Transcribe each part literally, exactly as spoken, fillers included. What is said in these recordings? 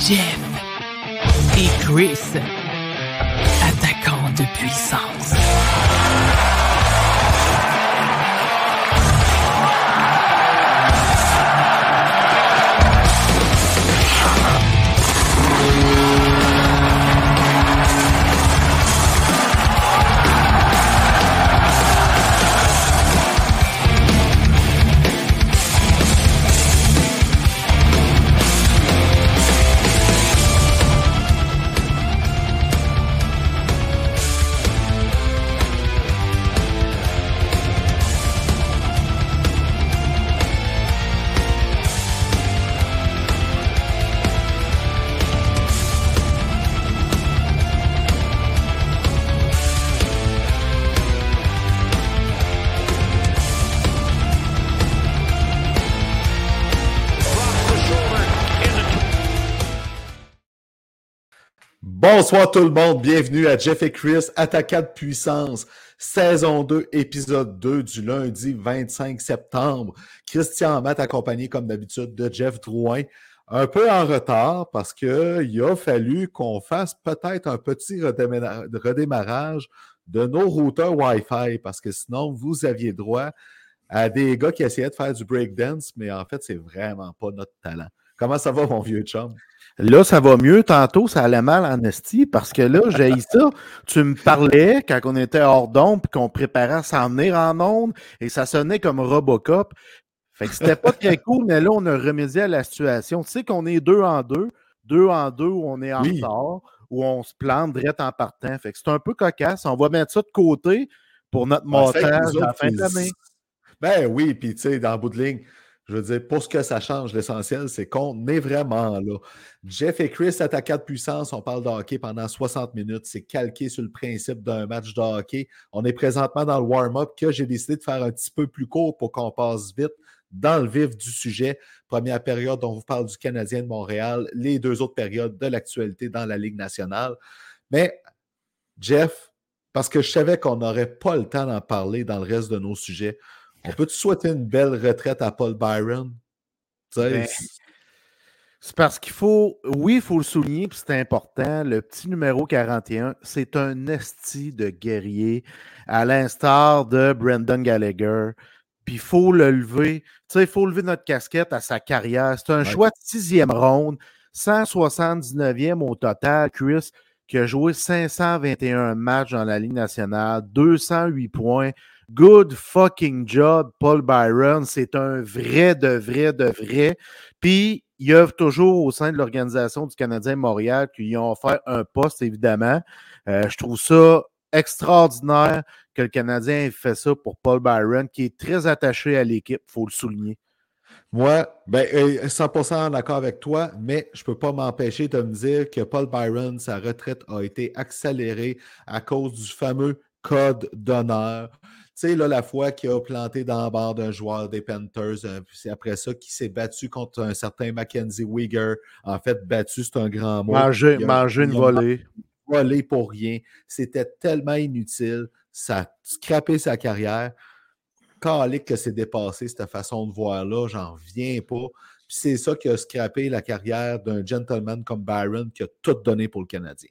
Jeff et Chris, attaquants de puissance. Bonsoir tout le monde, bienvenue à Jeff et Chris, attaquants de puissance, saison deux, épisode deux du lundi vingt-cinq septembre. Christian Matt accompagné comme d'habitude de Jeff Drouin, un peu en retard parce qu'il a fallu qu'on fasse peut-être un petit redémarrage, redémarrage de nos routeurs Wi-Fi parce que sinon vous aviez droit à des gars qui essayaient de faire du breakdance, mais en fait c'est vraiment pas notre talent. Comment ça va mon vieux chum? Là, ça va mieux. Tantôt, ça allait mal en esti parce que là, j'ai ça. Tu me parlais quand on était hors d'onde puis qu'on préparait à s'en venir en onde et ça sonnait comme Robocop. Fait que c'était pas très cool, mais là, on a remédié à la situation. Tu sais qu'on est deux en deux, deux en deux où on est en oui. retard, où on se plante direct en partant. Fait que c'est un peu cocasse. On va mettre ça de côté pour notre ben, montage à la fin de l'année. Ben oui, puis tu sais, dans le bout de ligne, je veux dire, pour ce que ça change, l'essentiel, c'est qu'on est vraiment là. Jeff et Chris, attaquants de puissance, on parle de hockey pendant soixante minutes. C'est calqué sur le principe d'un match de hockey. On est présentement dans le warm-up que j'ai décidé de faire un petit peu plus court pour qu'on passe vite dans le vif du sujet. Première période, on vous parle du Canadien de Montréal. Les deux autres périodes de l'actualité dans la Ligue nationale. Mais, Jeff, parce que je savais qu'on n'aurait pas le temps d'en parler dans le reste de nos sujets, on peut te souhaiter une belle retraite à Paul Byron? Ben, c'est parce qu'il faut, oui, il faut le souligner, puis c'est important, le petit numéro quarante et un, c'est un esti de guerrier, à l'instar de Brendan Gallagher, puis il faut le lever, tu sais, il faut lever notre casquette à sa carrière. C'est un ouais. choix de sixième ronde, cent soixante-dix-neuvième au total, Chris, qui a joué cinq cent vingt et un matchs dans la Ligue nationale, deux cent huit points. Good fucking job, Paul Byron. C'est un vrai, de vrai, de vrai. Puis, il œuvre toujours au sein de l'organisation du Canadien Montréal qui lui ont offert un poste, évidemment. Euh, je trouve ça extraordinaire que le Canadien ait fait ça pour Paul Byron, qui est très attaché à l'équipe, il faut le souligner. Moi, ben, cent pour cent d'accord avec toi, mais je ne peux pas m'empêcher de me dire que Paul Byron, sa retraite a été accélérée à cause du fameux code d'honneur. Tu sais, là, la fois qu'il a planté dans la barre d'un joueur des Panthers, euh, c'est après ça qu'il s'est battu contre un certain Mackenzie Weegar. En fait, battu, c'est un grand mot. Manger, a, manger une volée. Volé pour rien. C'était tellement inutile. Ça a scrappé sa carrière. Calique que c'est dépassé, cette façon de voir-là, j'en reviens pas. Puis c'est ça qui a scrappé la carrière d'un gentleman comme Byron qui a tout donné pour le Canadien.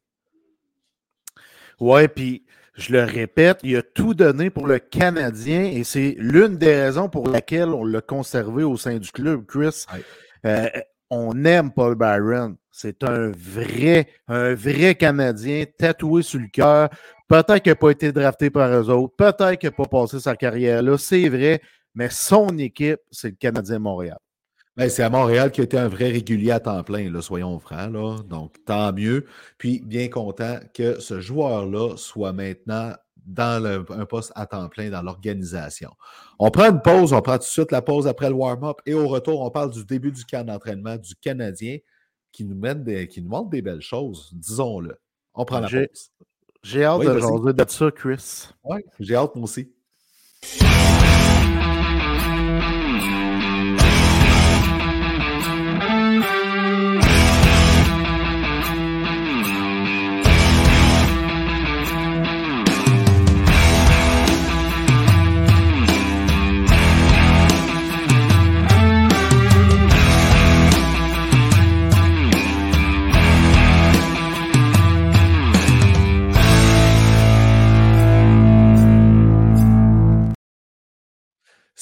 Ouais, puis je le répète, il a tout donné pour le Canadien et c'est l'une des raisons pour laquelle on l'a conservé au sein du club, Chris. Ouais. Euh, on aime Paul Byron. C'est un vrai, un vrai Canadien tatoué sur le cœur. Peut-être qu'il n'a pas été drafté par eux autres. Peut-être qu'il n'a pas passé sa carrière là. C'est vrai, mais son équipe, c'est le Canadien Montréal. Ben, c'est à Montréal qui a été un vrai régulier à temps plein, là, soyons francs. Là. Donc, tant mieux. Puis, bien content que ce joueur-là soit maintenant dans le, un poste à temps plein dans l'organisation. On prend une pause, on prend tout de suite la pause après le warm-up et au retour, on parle du début du camp d'entraînement du Canadien qui nous, mène des, qui nous montre des belles choses, disons-le. On prend la j'ai, pause. J'ai hâte oui, de jaser de ça, Chris. Oui, j'ai hâte moi aussi.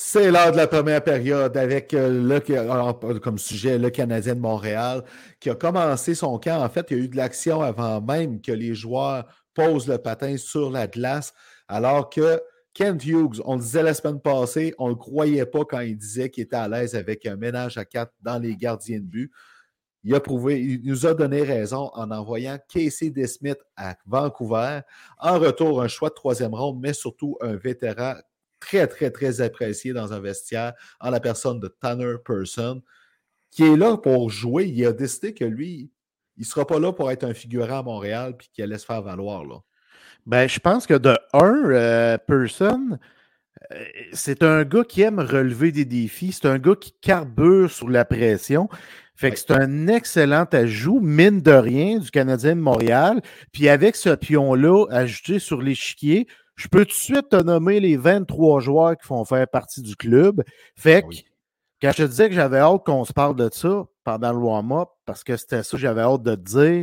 C'est l'heure de la première période avec euh, le, comme sujet le Canadien de Montréal qui a commencé son camp. En fait, il y a eu de l'action avant même que les joueurs posent le patin sur la glace, alors que Kent Hughes, on le disait la semaine passée, on ne le croyait pas quand il disait qu'il était à l'aise avec un ménage à quatre dans les gardiens de but. Il a prouvé, il nous a donné raison en envoyant Casey DeSmith à Vancouver. En retour, un choix de troisième ronde, mais surtout un vétéran très, très, très apprécié dans un vestiaire en la personne de Tanner Persson, qui est là pour jouer. Il a décidé que lui, il ne sera pas là pour être un figurant à Montréal puis qu'il allait se faire valoir. Là. Ben, je pense que de un, euh, Persson, euh, c'est un gars qui aime relever des défis. C'est un gars qui carbure sous la pression. Fait que Ouais. c'est un excellent ajout, mine de rien, du Canadien de Montréal. Puis avec ce pion-là ajouté sur l'échiquier, je peux tout de suite te nommer les vingt-trois joueurs qui font faire partie du club. Fait que, Oui. quand je te disais que j'avais hâte qu'on se parle de ça pendant le warm-up, parce que c'était ça que j'avais hâte de te dire,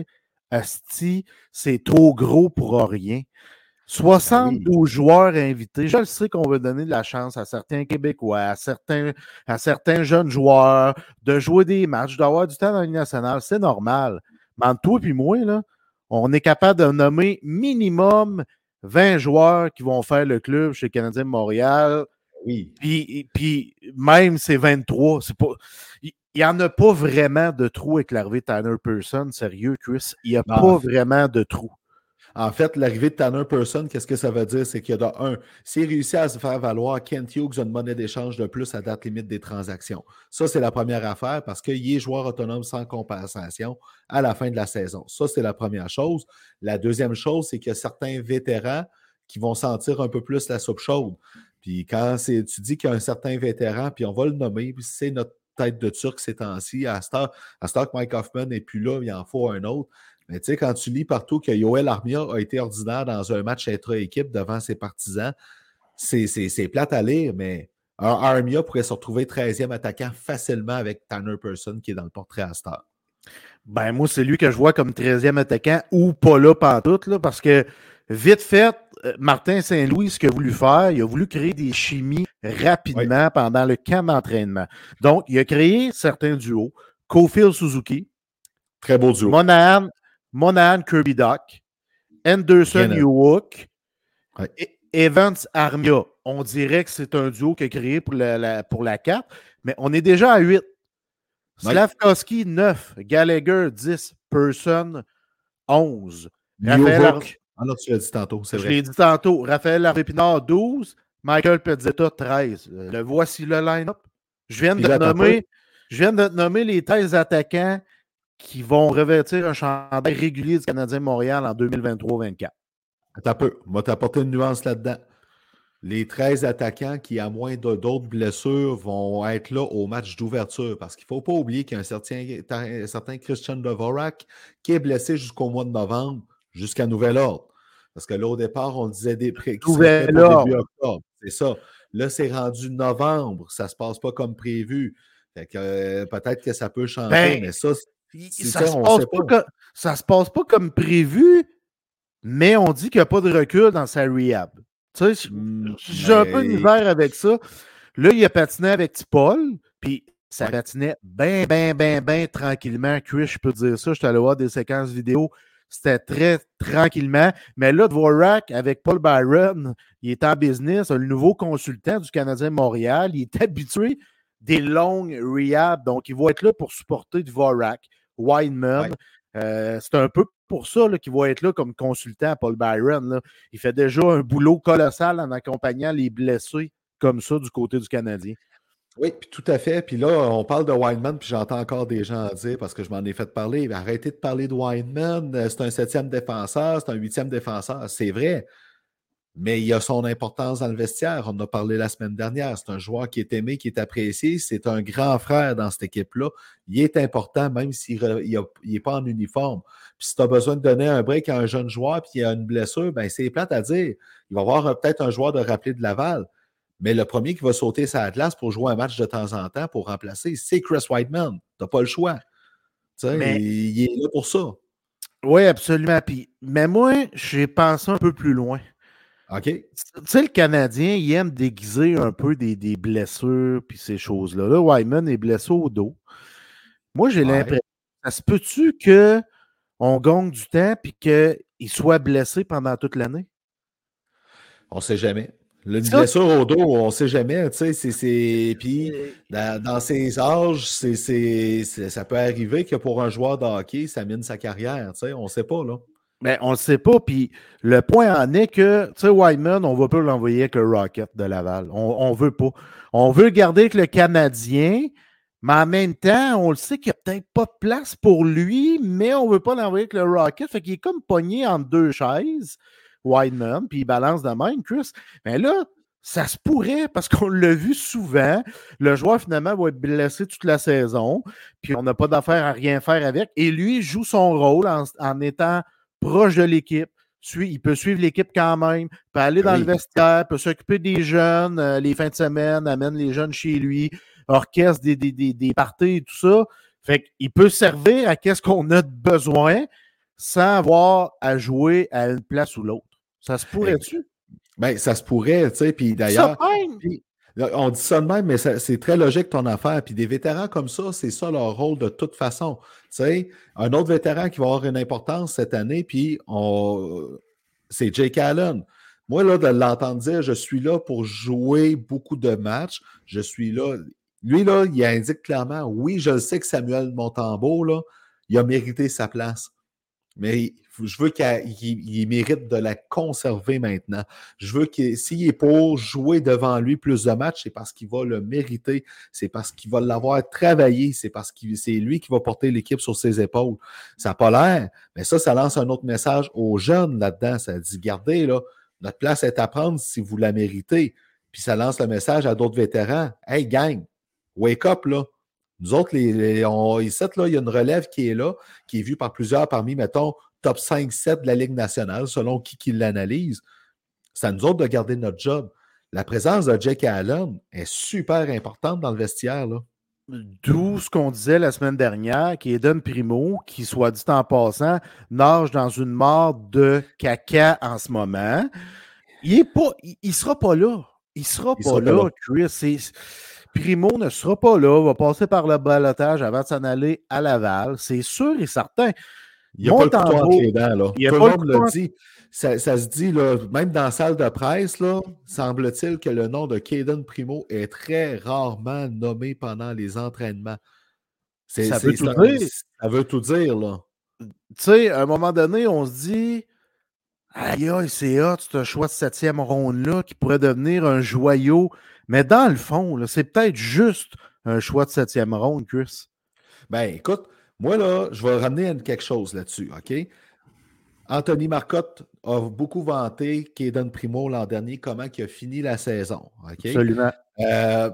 asti, c'est trop gros pour rien. soixante-douze Ben oui. joueurs invités. Je le sais qu'on veut donner de la chance à certains Québécois, à certains, à certains jeunes joueurs de jouer des matchs, d'avoir du temps dans la Ligue nationale. C'est normal. Mais entre toi et moi, là, on est capable de nommer minimum vingt joueurs qui vont faire le club chez le Canadien de Montréal. Oui. Puis, puis même ces vingt-trois, c'est pas. Il n'y en a pas vraiment de trou avec l'arrivée de Tanner Persson. Sérieux, Chris. Il n'y a Non, pas vraiment de trou. En fait, l'arrivée de Tanner Persson, qu'est-ce que ça veut dire? C'est qu'il y a de un, s'il réussit à se faire valoir, Kent Hughes a une monnaie d'échange de plus à date limite des transactions. Ça, c'est la première affaire parce qu'il est joueur autonome sans compensation à la fin de la saison. Ça, c'est la première chose. La deuxième chose, c'est qu'il y a certains vétérans qui vont sentir un peu plus la soupe chaude. Puis quand c'est, tu dis qu'il y a un certain vétéran, puis on va le nommer, puis c'est notre tête de Turc ces temps-ci. À Star, à Star Mike Hoffman n'est plus là, il en faut un autre. Mais tu sais, quand tu lis partout que Yoel Armia a été ordinaire dans un match intra-équipe devant ses partisans, c'est, c'est, c'est plate à lire, mais un Armia pourrait se retrouver treizième attaquant facilement avec Tanner Persson qui est dans le portrait à Star. Ben, moi, c'est lui que je vois comme treizième attaquant ou pas là pantoute, là, parce que vite fait, Martin Saint-Louis, ce qu'il a voulu faire, il a voulu créer des chimies rapidement oui. pendant le camp d'entraînement. Donc, il a créé certains duos. Cofield Suzuki. Très beau duo. Monahan, Monahan Kirby Doc. Anderson Newhook. Ouais. Evans Armia. On dirait que c'est un duo qu'il a créé pour la, la, pour la quatre, mais on est déjà à huit. Ouais. Slavkovski, neuf. Gallagher, dix. Persson, onze. Raphaël Ar... Ah non, tu l'as dit tantôt, c'est Je vrai. Je l'ai dit tantôt. Raphaël Harvey-Pinard, douze. Michael Pezzetta, treize. Le voici le line-up. Je viens, de là, nommer, je viens de te nommer les treize attaquants qui vont revêtir un chandail régulier du Canadien de Montréal en deux mille vingt-trois vingt-quatre. Attends un peu. Moi, t'apporter une nuance là-dedans. Les treize attaquants qui, à moins de, d'autres blessures, vont être là au match d'ouverture. Parce qu'il ne faut pas oublier qu'il y a un certain, un certain Christian Dvorak qui est blessé jusqu'au mois de novembre, jusqu'à nouvel ordre. Parce que là, au départ, on disait des pré- qu'il serait prêt pour début octobre. C'est ça. Là, c'est rendu novembre. Ça ne se passe pas comme prévu. Fait que, euh, peut-être que ça peut changer, ben, mais ça, c'est ça, ça, se passe pas. Pas. Comme, ça se passe pas comme prévu, mais on dit qu'il n'y a pas de recul dans sa rehab. Tu sais, mmh, j'ai mais... un peu de misère avec ça. Là, il a patiné avec Tipol, puis ça ouais. patinait bien, bien, bien, bien tranquillement. Chris, je peux te dire ça. Je suis allé voir des séquences vidéo. C'était très tranquillement. Mais là, Dvorak, avec Paul Byron, il est en business, le nouveau consultant du Canadien de Montréal. Il est habitué des longues rehab. Donc, il va être là pour supporter Dvorak, Wideman. Ouais. Euh, c'est un peu pour ça là, qu'il va être là comme consultant à Paul Byron. Là. Il fait déjà un boulot colossal en accompagnant les blessés comme ça du côté du Canadien. Oui, puis tout à fait. Puis là, on parle de Wideman, puis j'entends encore des gens dire, parce que je m'en ai fait parler, arrêtez de parler de Wideman, c'est un septième défenseur, c'est un huitième défenseur. C'est vrai, mais il a son importance dans le vestiaire. On en a parlé la semaine dernière. C'est un joueur qui est aimé, qui est apprécié. C'est un grand frère dans cette équipe-là. Il est important, même s'il n'est pas en uniforme. Puis si tu as besoin de donner un break à un jeune joueur puis il a une blessure, ben c'est plate à dire. Il va y avoir peut-être un joueur de rappelé de Laval. Mais le premier qui va sauter sa glace pour jouer un match de temps en temps pour remplacer, c'est Chris Wideman. Tu n'as pas le choix. Mais... Il, il est là pour ça. Oui, absolument. Puis, mais moi, j'ai pensé un peu plus loin. OK. Tu sais, le Canadien, il aime déguiser un peu des, des blessures puis ces choses-là. Là, Wyman est blessé au dos. Moi, j'ai Ouais. l'impression, ça se peut-tu qu'on gagne du temps puis qu'il soit blessé pendant toute l'année? On ne sait jamais. Une Ça, blessure au dos, on ne sait jamais. Tu sais, c'est, c'est... Puis, euh, dans, dans ces âges, c'est, c'est, c'est- ça peut arriver que pour un joueur de hockey, ça mine sa carrière. Tu sais, on ne sait pas, là. ben, on ne le sait pas. Puis le point en est que, tu sais, Wyman, on ne va pas l'envoyer avec le Rocket de Laval. On ne veut pas. On veut le garder avec le Canadien, mais en même temps, on le sait qu'il n'y a peut-être pas de place pour lui, mais on ne veut pas l'envoyer avec le Rocket. Fait qu'il est comme pogné entre deux chaises, Wyman, puis il balance de même, Chris. Mais là, ça se pourrait parce qu'on l'a vu souvent. Le joueur, finalement, va être blessé toute la saison, puis on n'a pas d'affaire à rien faire avec. Et lui joue son rôle en, en étant proche de l'équipe. Il peut suivre l'équipe quand même, peut aller dans Oui. le vestiaire, peut s'occuper des jeunes euh, les fins de semaine, amène les jeunes chez lui, orchestre des, des, des, des parties et tout ça. Fait qu'il peut servir à qu'est-ce qu'on a de besoin sans avoir à jouer à une place ou l'autre. Ça se pourrait-tu? Ben, ça se pourrait, tu sais. Puis d'ailleurs, puis, on dit ça de même, mais ça, c'est très logique ton affaire. Puis des vétérans comme ça, c'est ça leur rôle de toute façon. Tu sais, un autre vétéran qui va avoir une importance cette année, puis on... c'est Jake Allen. Moi, là, de l'entendre dire, je suis là pour jouer beaucoup de matchs, je suis là. Lui, là, il indique clairement, oui, je sais que Samuel Montembeault, là, il a mérité sa place. Mais je veux qu'il il, il mérite de la conserver maintenant. Je veux que s'il est pour jouer devant lui plus de matchs, c'est parce qu'il va le mériter. C'est parce qu'il va l'avoir travaillé. C'est parce que c'est lui qui va porter l'équipe sur ses épaules. Ça n'a pas l'air, mais ça, ça lance un autre message aux jeunes là-dedans. Ça dit, regardez, là, notre place est à prendre si vous la méritez. Puis ça lance le message à d'autres vétérans. Hey, gang, wake up, là. Nous autres, les, les, on, ici, là, il y a une relève qui est là, qui est vue par plusieurs parmi, mettons, top cinq sept de la Ligue nationale, selon qui, qui l'analyse. C'est à nous autres de garder notre job. La présence de Jake Allen est super importante dans le vestiaire, là. D'où ce qu'on disait la semaine dernière, qui est Eden Primo, qui, soit dit en passant, nage dans une mare de caca en ce moment. Il est pas, il, il sera pas là. Il sera Il pas sera là, pas là. Chris. C'est... Primo ne sera pas là, va passer par le balotage avant de s'en aller à Laval. C'est sûr et certain. Il n'y a pas le couteau entre les dents, là. Il y a Tout pas le monde le le couteau... dit. Ça, ça se dit, là, même dans la salle de presse, là, semble-t-il que le nom de Caden Primo est très rarement nommé pendant les entraînements. C'est, ça, c'est, veut tout un, dire. ça veut tout dire, là. Tu sais, à un moment donné, on se dit... Aïe, aïe, c'est hot, ce choix de septième ronde-là qui pourrait devenir un joyau. Mais dans le fond, là, c'est peut-être juste un choix de septième ronde, Chris. Ben, écoute, moi, là, je vais ramener quelque chose là-dessus, OK? Anthony Marcotte a beaucoup vanté Caden Primo l'an dernier, comment il a fini la saison, OK? Absolument. Euh,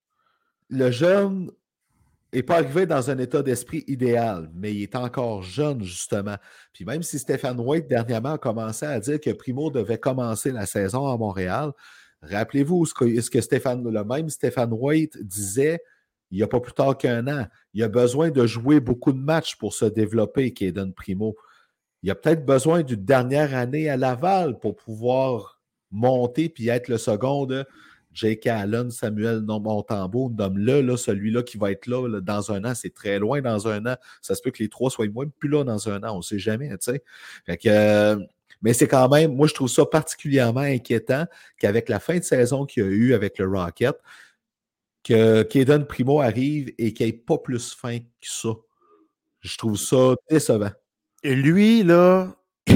le jeune n'est pas arrivé dans un état d'esprit idéal, mais il est encore jeune, justement. Puis même si Stéphane White, dernièrement, a commencé à dire que Primo devait commencer la saison à Montréal, rappelez-vous ce que, ce que Stéphane, le même Stéphane White disait il n'y a pas plus tard qu'un an. Il a besoin de jouer beaucoup de matchs pour se développer, Caden Primo. Il a peut-être besoin d'une dernière année à Laval pour pouvoir monter puis être le second de Jake Allen, Samuel Montembeault, nomme-le, là, celui-là qui va être là, là dans un an, c'est très loin dans un an. Ça se peut que les trois soient même plus là dans un an, on ne sait jamais, tu sais. Fait que, euh, mais c'est quand même, moi je trouve ça particulièrement inquiétant qu'avec la fin de saison qu'il y a eu avec le Rocket, que Caden Primo arrive et qu'il n'y ait pas plus fin que ça. Je trouve ça décevant. Et lui, là,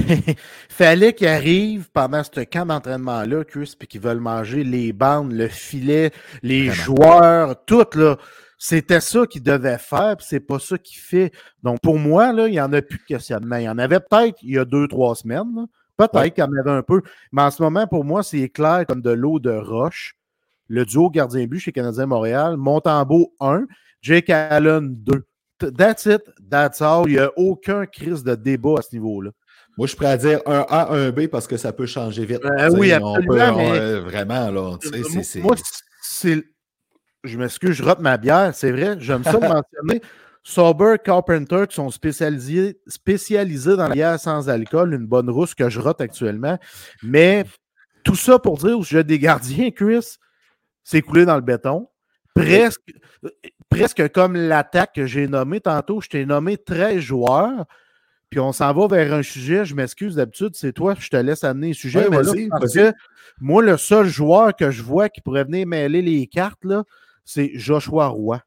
fallait qu'il arrive pendant ce camp d'entraînement-là, Chris, puis qu'ils veulent manger les bandes, le filet, les Vraiment. joueurs, tout, là. C'était ça qu'il devait faire, puis c'est pas ça qu'il fait. Donc, pour moi, là, il n'y en a plus de questionnement. Il y en avait peut-être il y a deux, trois semaines, là. Peut-être ouais. qu'il y en avait un peu. Mais en ce moment, pour moi, c'est clair comme de l'eau de roche. Le duo gardien-but chez Canadien Montréal, Montembeault un, Jake Allen deux. That's it, that's all. Il n'y a aucun crise de débat à ce niveau-là. Moi, je pourrais dire un A, un B parce que ça peut changer vite. Euh, oui, absolument. On peut, mais... on, euh, vraiment, là. Euh, c'est, c'est... Moi, c'est... je m'excuse, je rate ma bière, c'est vrai. J'aime ça mentionner. Sauber, Carpenter, qui sont spécialisés, spécialisés dans la bière sans alcool, une bonne rousse que je rate actuellement. Mais tout ça pour dire au sujet des gardiens, Chris, c'est coulé dans le béton. Presque, presque comme l'attaque que j'ai nommée tantôt. Je t'ai nommé treize joueurs. Puis on s'en va vers un sujet. Je m'excuse, d'habitude, c'est toi. Je te laisse amener le sujet. Ouais, mais là, vas-y, parce vas-y. que moi, le seul joueur que je vois qui pourrait venir mêler les cartes, là, c'est Joshua Roy.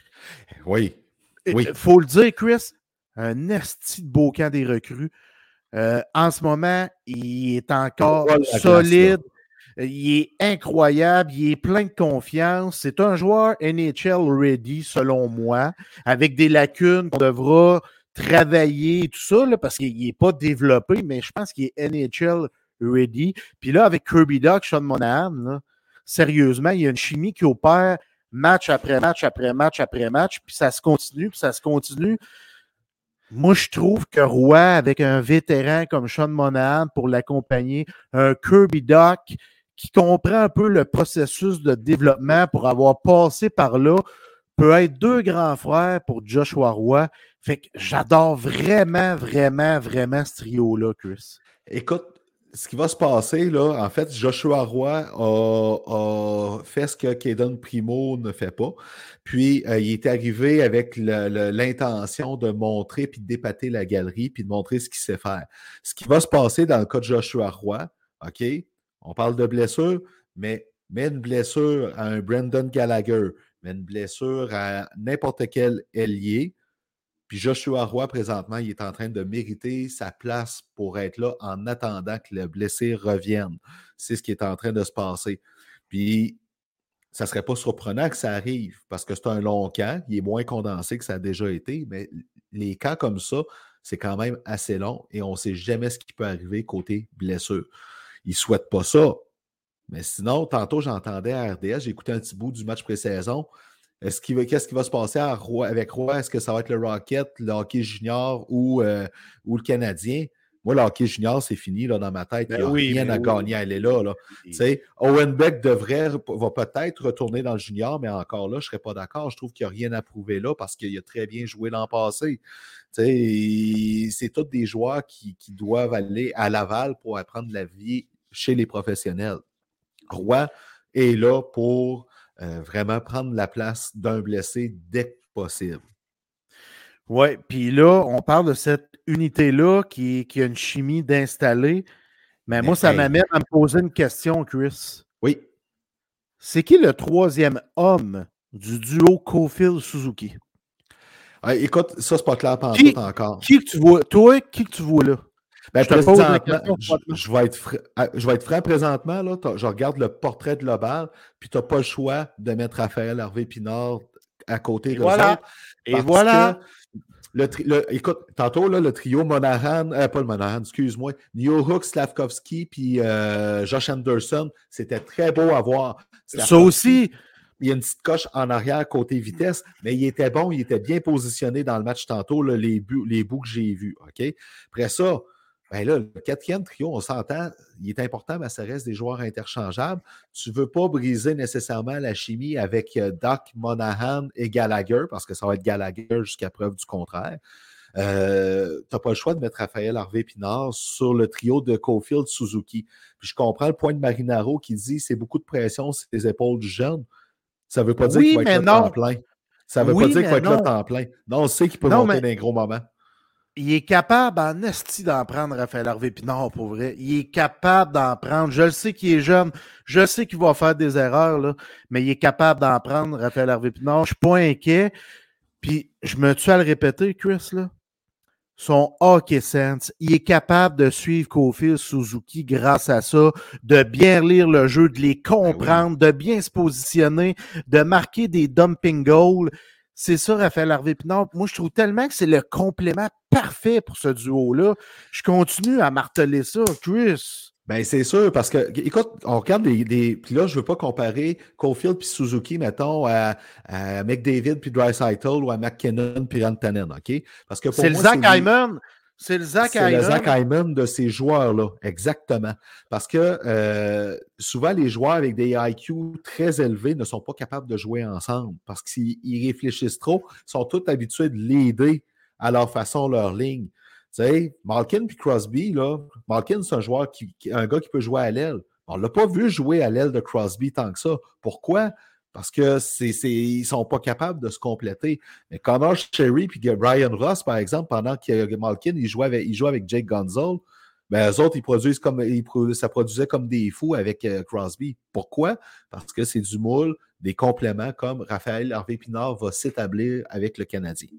Oui. Il oui. faut le dire, Chris, un esti de beau camp des recrues. Euh, en ce moment, il est encore solide. Glace, il est incroyable. Il est plein de confiance. C'est un joueur N H L ready, selon moi, avec des lacunes qu'on devra travailler et tout ça, là, parce qu'il n'est pas développé, mais je pense qu'il est N H L ready. Puis là, avec Kirby Dach, Sean Monahan, là, sérieusement, il y a une chimie qui opère match après match après match après match, puis ça se continue, puis ça se continue. Moi, je trouve que Roy, avec un vétéran comme Sean Monahan pour l'accompagner, un Kirby Dach qui comprend un peu le processus de développement pour avoir passé par là, peut être deux grands frères pour Joshua Roy. Fait que j'adore vraiment, vraiment, vraiment ce trio-là, Chris. Écoute, ce qui va se passer, là, en fait, Joshua Roy a, a fait ce que Caden Primo ne fait pas. Puis, euh, il est arrivé avec le, le, l'intention de montrer puis de dépater la galerie puis de montrer ce qu'il sait faire. Ce qui va se passer dans le cas de Joshua Roy, OK, on parle de blessure, mais mais une blessure à un Brendan Gallagher, mais une blessure à n'importe quel ailier. Puis Joshua Roy, présentement, il est en train de mériter sa place pour être là en attendant que le blessé revienne. C'est ce qui est en train de se passer. Puis, ça ne serait pas surprenant que ça arrive parce que c'est un long camp. Il est moins condensé que ça a déjà été, mais les camps comme ça, c'est quand même assez long et on ne sait jamais ce qui peut arriver côté blessure. Ils ne souhaitent pas ça. Mais sinon, tantôt, j'entendais à R D S, j'ai écouté un petit bout du match pré-saison. Est-ce qu'il va, qu'est-ce qui va se passer à Roy, avec Roy? Est-ce que ça va être le Rocket, le hockey junior ou, euh, ou le Canadien? Moi, le hockey junior, c'est fini là, dans ma tête. Ben il n'y a oui, rien à oui. gagner à aller là. là. Oui. Owen Beck devrait, va peut-être retourner dans le junior, mais encore là, je ne serais pas d'accord. Je trouve qu'il n'y a rien à prouver là parce qu'il a très bien joué l'an passé. T'sais, c'est tous des joueurs qui, qui doivent aller à Laval pour apprendre la vie chez les professionnels. Roy est là pour euh, vraiment prendre la place d'un blessé dès que possible. Oui, puis là, on parle de cette unité-là qui, qui a une chimie d'installer. Mais, mais moi, ça hey. m'amène à me poser une question, Chris. Oui. C'est qui le troisième homme du duo Caufield-Suzuki? Ah, écoute, ça, c'est pas clair pendant tout encore. Qui que tu vois, toi, qui que tu vois là? Ben, je, te pose la question, je, je, vais être fr... je vais être franc présentement. Là, je regarde le portrait global, puis tu n'as pas le choix de mettre Raphaël Harvey-Pinard à côté Et de voilà. Et voilà. Le tri... le... Écoute, tantôt, là, le trio Monahan, euh, pas le Monahan, excuse-moi, Neo-Hook, Slavkovski, puis euh, Josh Anderson, c'était très beau à voir. Ça aussi. Il y a une petite coche en arrière côté vitesse, mais il était bon, il était bien positionné dans le match tantôt, là, les, buts, les bouts que j'ai vus. OK? Après ça, ben là, le quatrième trio, on s'entend, il est important, mais ça reste des joueurs interchangeables. Tu ne veux pas briser nécessairement la chimie avec euh, Doc, Monahan et Gallagher, parce que ça va être Gallagher jusqu'à preuve du contraire. Euh, tu n'as pas le choix de mettre Raphaël Harvey-Pinard sur le trio de Caufield-Suzuki. Puis je comprends le point de Marinaro qui dit c'est beaucoup de pression sur les épaules du jeune. Ça ne veut pas dire oui, qu'il va être là non. temps plein. Ça ne veut oui, pas dire qu'il va être non. là temps plein. Non, on sait qu'il peut non, monter mais... dans un gros moment. Il est capable en esti d'en prendre, Raphaël Harvey-Pinard, pour vrai. Il est capable d'en prendre. Je le sais qu'il est jeune. Je sais qu'il va faire des erreurs, là, mais il est capable d'en prendre, Raphaël Harvey-Pinard. Je ne suis pas inquiet. Puis, je me tue à le répéter, Chris, là. Son hockey sense, il est capable de suivre Caufield Suzuki grâce à ça, de bien lire le jeu, de les comprendre, de bien se positionner, de marquer des dumping goals. C'est ça, Raphaël Harvey-Pinard. Moi, je trouve tellement que c'est le complément parfait pour ce duo-là. Je continue à marteler ça, Chris. Bien, c'est sûr, parce que, écoute, on regarde des... des puis là, je ne veux pas comparer Caufield puis Suzuki, mettons, à, à McDavid puis Draisaitl ou à McKinnon puis Rantanen, OK? Parce que pour c'est moi, le Zach c'est Hyman. C'est le Zach c'est Hyman. le Zach Hyman de ces joueurs-là, exactement. Parce que euh, souvent, les joueurs avec des I Q très élevés ne sont pas capables de jouer ensemble parce qu'ils réfléchissent trop, ils sont tous habitués de l'aider à leur façon, leur ligne. Tu sais, Malkin puis Crosby, là, Malkin, c'est un joueur qui, qui, un gars qui peut jouer à l'aile. On ne l'a pas vu jouer à l'aile de Crosby tant que ça. Pourquoi? Parce que c'est, c'est, ils ne sont pas capables de se compléter. Mais Connor Sherry et Brian Ross, par exemple, pendant que Malkin il jouait avec, il jouait avec Jake Gonzalez, ben, eux autres, ils produisent comme ils, ça produisait comme des fous avec euh, Crosby. Pourquoi? Parce que c'est du moule, des compléments comme Raphaël Harvey-Pinard va s'établir avec le Canadien.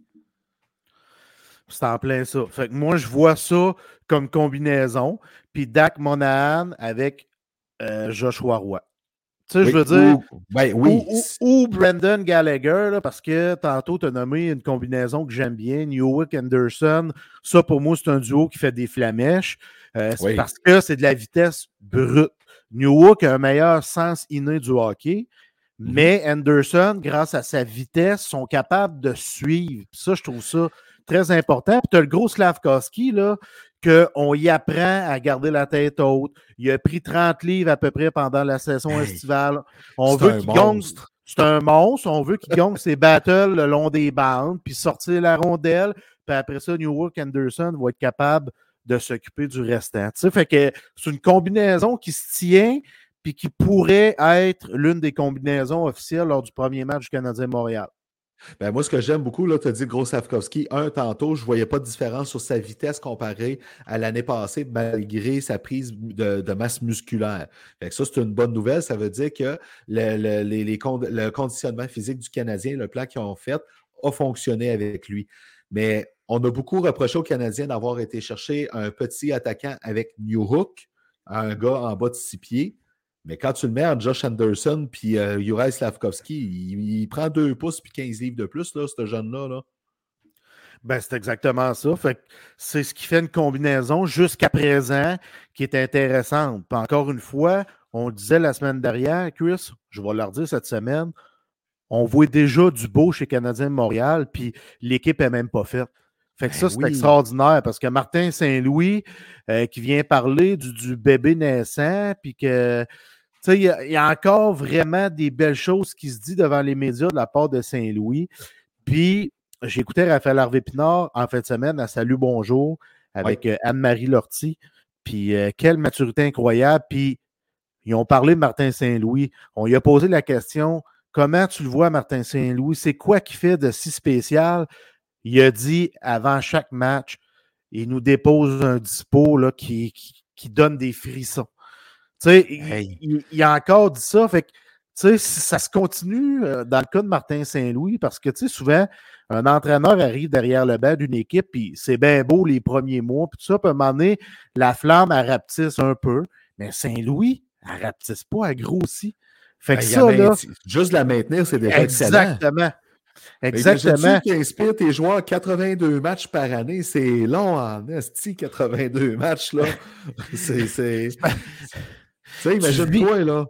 C'est en plein ça. Fait que moi, je vois ça comme combinaison. Puis Dak Monahan avec euh, Joshua Roy. Tu sais, oui, je veux dire, ou, ben, oui. ou, ou, ou Brendan Gallagher, là, parce que tantôt, tu as nommé une combinaison que j'aime bien, Newhook Anderson. Ça, pour moi, c'est un duo qui fait des flamèches. Euh, c'est oui. Parce que c'est de la vitesse brute. Newhook a un meilleur sens inné du hockey, mm-hmm. mais Anderson, grâce à sa vitesse, sont capables de suivre. Puis ça, je trouve ça très important. Puis tu as le gros Slavkovski, là, qu'on y apprend à garder la tête haute. Il a pris trente livres à peu près pendant la saison hey, estivale. On veut qu'il gagne. C'est un monstre. On veut qu'il gagne ses battles le long des bandes, puis sortir la rondelle. Puis après ça, Newhook Anderson va être capable de s'occuper du restant. Tu sais, fait que c'est une combinaison qui se tient, puis qui pourrait être l'une des combinaisons officielles lors du premier match du Canadien Montréal. Ben moi, ce que j'aime beaucoup, là, tu as dit Gros Slavkovski, un, tantôt, je ne voyais pas de différence sur sa vitesse comparée à l'année passée, malgré sa prise de, de masse musculaire. Fait que ça, c'est une bonne nouvelle. Ça veut dire que le, le, les, les cond- le conditionnement physique du Canadien, le plan qu'ils ont fait, a fonctionné avec lui. Mais on a beaucoup reproché aux Canadiens d'avoir été chercher un petit attaquant avec Newhook, un gars en bas de six pieds. Mais quand tu le mets en Josh Anderson puis euh, Juraj Slavkovski, il, il prend deux pouces puis quinze livres de plus, là, ce jeune-là. Là. Ben, c'est exactement ça. Fait que c'est ce qui fait une combinaison jusqu'à présent qui est intéressante. Puis encore une fois, on le disait la semaine dernière, Chris, je vais leur dire cette semaine, on voit déjà du beau chez Canadien de Montréal, puis l'équipe n'est même pas faite. Fait que ben ça, c'est oui. extraordinaire parce que Martin Saint-Louis, euh, qui vient parler du, du bébé naissant, puis que, tu sais, il y, y a encore vraiment des belles choses qui se disent devant les médias de la part de Saint-Louis. Puis, j'écoutais Raphaël Harvey-Pinard en fin de semaine à Salut Bonjour avec oui. euh, Anne-Marie Lortie. Puis, euh, quelle maturité incroyable. Puis, ils ont parlé de Martin Saint-Louis. On lui a posé la question, comment tu le vois, Martin Saint-Louis? C'est quoi qui fait de si spécial? Il a dit, avant chaque match, il nous dépose un dispo là, qui, qui, qui donne des frissons. Tu sais, hey. il, il a encore dit ça. Fait que, tu sais, si ça se continue euh, dans le cas de Martin Saint-Louis, parce que, tu sais, souvent, un entraîneur arrive derrière le banc d'une équipe, puis c'est bien beau les premiers mois, puis tout ça, puis à un moment donné, la flamme, elle rapetisse un peu. Mais Saint-Louis, elle rapetisse pas, elle grossit. Fait que ben, ça, là... Juste la maintenir, c'est déjà exactement. excellent. Exactement. Exactement. Tu inspires tes joueurs quatre-vingt-deux matchs par année. C'est long en esti, quatre-vingt-deux matchs, là. c'est... c'est... Tu sais, imagine-toi, là.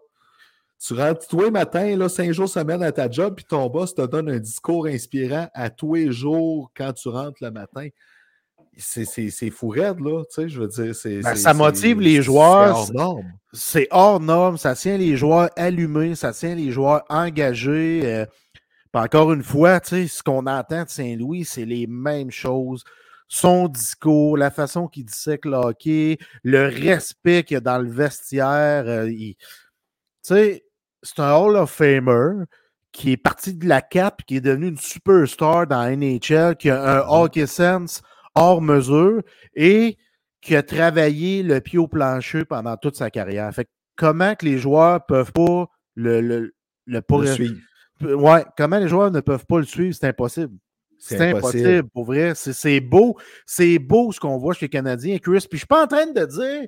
Tu rentres tous les matins, là, cinq jours semaine à ta job, puis ton boss te donne un discours inspirant à tous les jours quand tu rentres le matin. C'est, c'est, c'est fou raide, là, tu sais, je veux dire. C'est, ben, c'est, ça motive c'est, les joueurs. C'est hors norme. C'est hors norme, ça tient les joueurs allumés, ça tient les joueurs engagés. Euh, encore une fois, tu sais, ce qu'on entend de Saint-Louis, c'est les mêmes choses. Son discours, la façon qu'il dissèque le hockey, le respect qu'il y a dans le vestiaire. Euh, il... Tu sais, c'est un Hall of Famer qui est parti de la Cap, qui est devenu une superstar dans la N H L, qui a un hockey sense hors mesure et qui a travaillé le pied au plancher pendant toute sa carrière. Fait que comment que les joueurs peuvent pas le, le, le, le suivre? Ouais, comment les joueurs ne peuvent pas le suivre, c'est impossible. C'est, c'est impossible. impossible, pour vrai. C'est, c'est beau. C'est beau ce qu'on voit chez les Canadiens, Chris. Puis je suis pas en train de dire...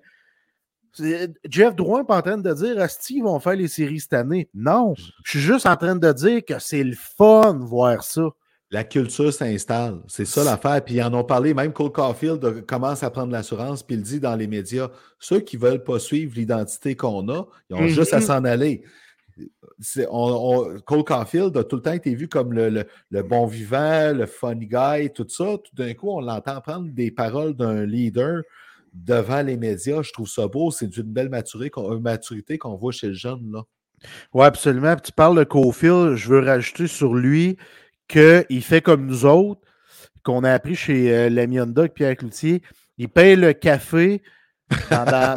Jeff Drouin n'est pas en train de dire Asti, ils vont faire les séries cette année. Non, je suis juste en train de dire que c'est le fun de voir ça. La culture s'installe. C'est ça l'affaire. Puis ils en ont parlé, même Cole Caulfield commence à prendre l'assurance, puis il dit dans les médias, ceux qui ne veulent pas suivre l'identité qu'on a, ils ont mm-hmm. juste à s'en aller. C'est, on, on, Cole Caulfield a tout le temps été vu comme le, le, le bon vivant, le funny guy, tout ça. Tout d'un coup, on l'entend prendre des paroles d'un leader devant les médias. Je trouve ça beau. C'est d'une belle maturité qu'on, maturité qu'on voit chez le jeune, là. Oui, absolument. Puis tu parles de Caulfield. Je veux rajouter sur lui qu'il fait comme nous autres, qu'on a appris chez euh, l'ami Honda, Pierre Cloutier. Il paye le café pendant,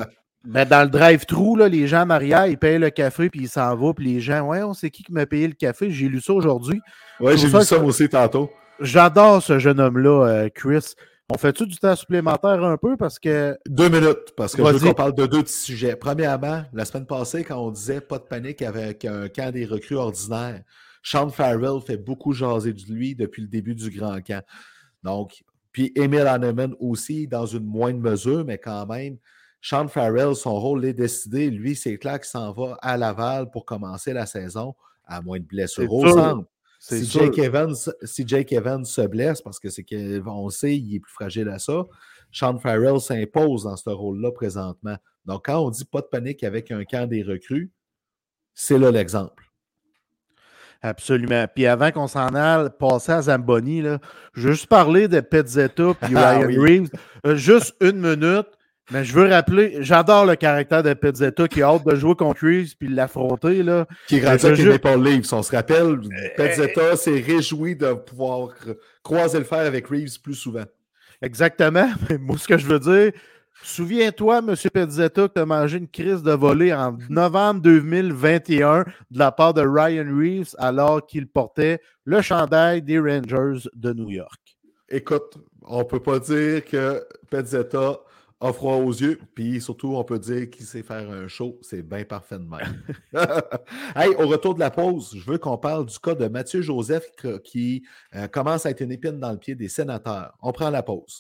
Ben, dans le drive-thru, là, les gens en arrière, ils payent le café, puis ils s'en vont, puis les gens, ouais, on sait qui qui m'a payé le café. J'ai lu ça aujourd'hui. Ouais, j'ai vu ça moi aussi tantôt. J'adore ce jeune homme-là, euh, Chris. On fait-tu du temps supplémentaire un peu parce que. Deux minutes, parce que Vas-y. je veux qu'on parle de deux petits sujets. Premièrement, la semaine passée, quand on disait pas de panique avec un camp des recrues ordinaires, Sean Farrell fait beaucoup jaser de lui depuis le début du grand camp. Donc, puis Emil Hanneman aussi, dans une moindre mesure, mais quand même, Sean Farrell, son rôle est décidé. Lui, c'est clair qu'il s'en va à Laval pour commencer la saison, à moins de blessures au centre. C'est si, sûr. Jake Evans, si Jake Evans se blesse, parce que c'est qu'on sait il est plus fragile à ça, Sean Farrell s'impose dans ce rôle-là présentement. Donc, quand on dit pas de panique avec un camp des recrues, c'est là l'exemple. Absolument. Puis avant qu'on s'en aille, passer à Zamboni, là, je veux juste parler de Pezzetta et Ryan Ah, oui. Reeves. Euh, juste une minute. Mais je veux rappeler, j'adore le caractère de Pezzetta qui a hâte de jouer contre Reeves puis l'affronter. Là. Qui est rendu avec les juste... Maple Leafs. On se rappelle, Pezzetta s'est réjoui de pouvoir croiser le fer avec Reeves plus souvent. Exactement. Mais moi, ce que je veux dire, souviens-toi, M. Pezzetta, que tu as mangé une crise de volée en novembre deux mille vingt et un de la part de Ryan Reeves alors qu'il portait le chandail des Rangers de New York. Écoute, on ne peut pas dire que Pezzetta a froid aux yeux, puis surtout, on peut dire qu'il sait faire un show. C'est bien parfait de même. Hey, au retour de la pause, je veux qu'on parle du cas de Mathieu Joseph qui euh, commence à être une épine dans le pied des sénateurs. On prend la pause.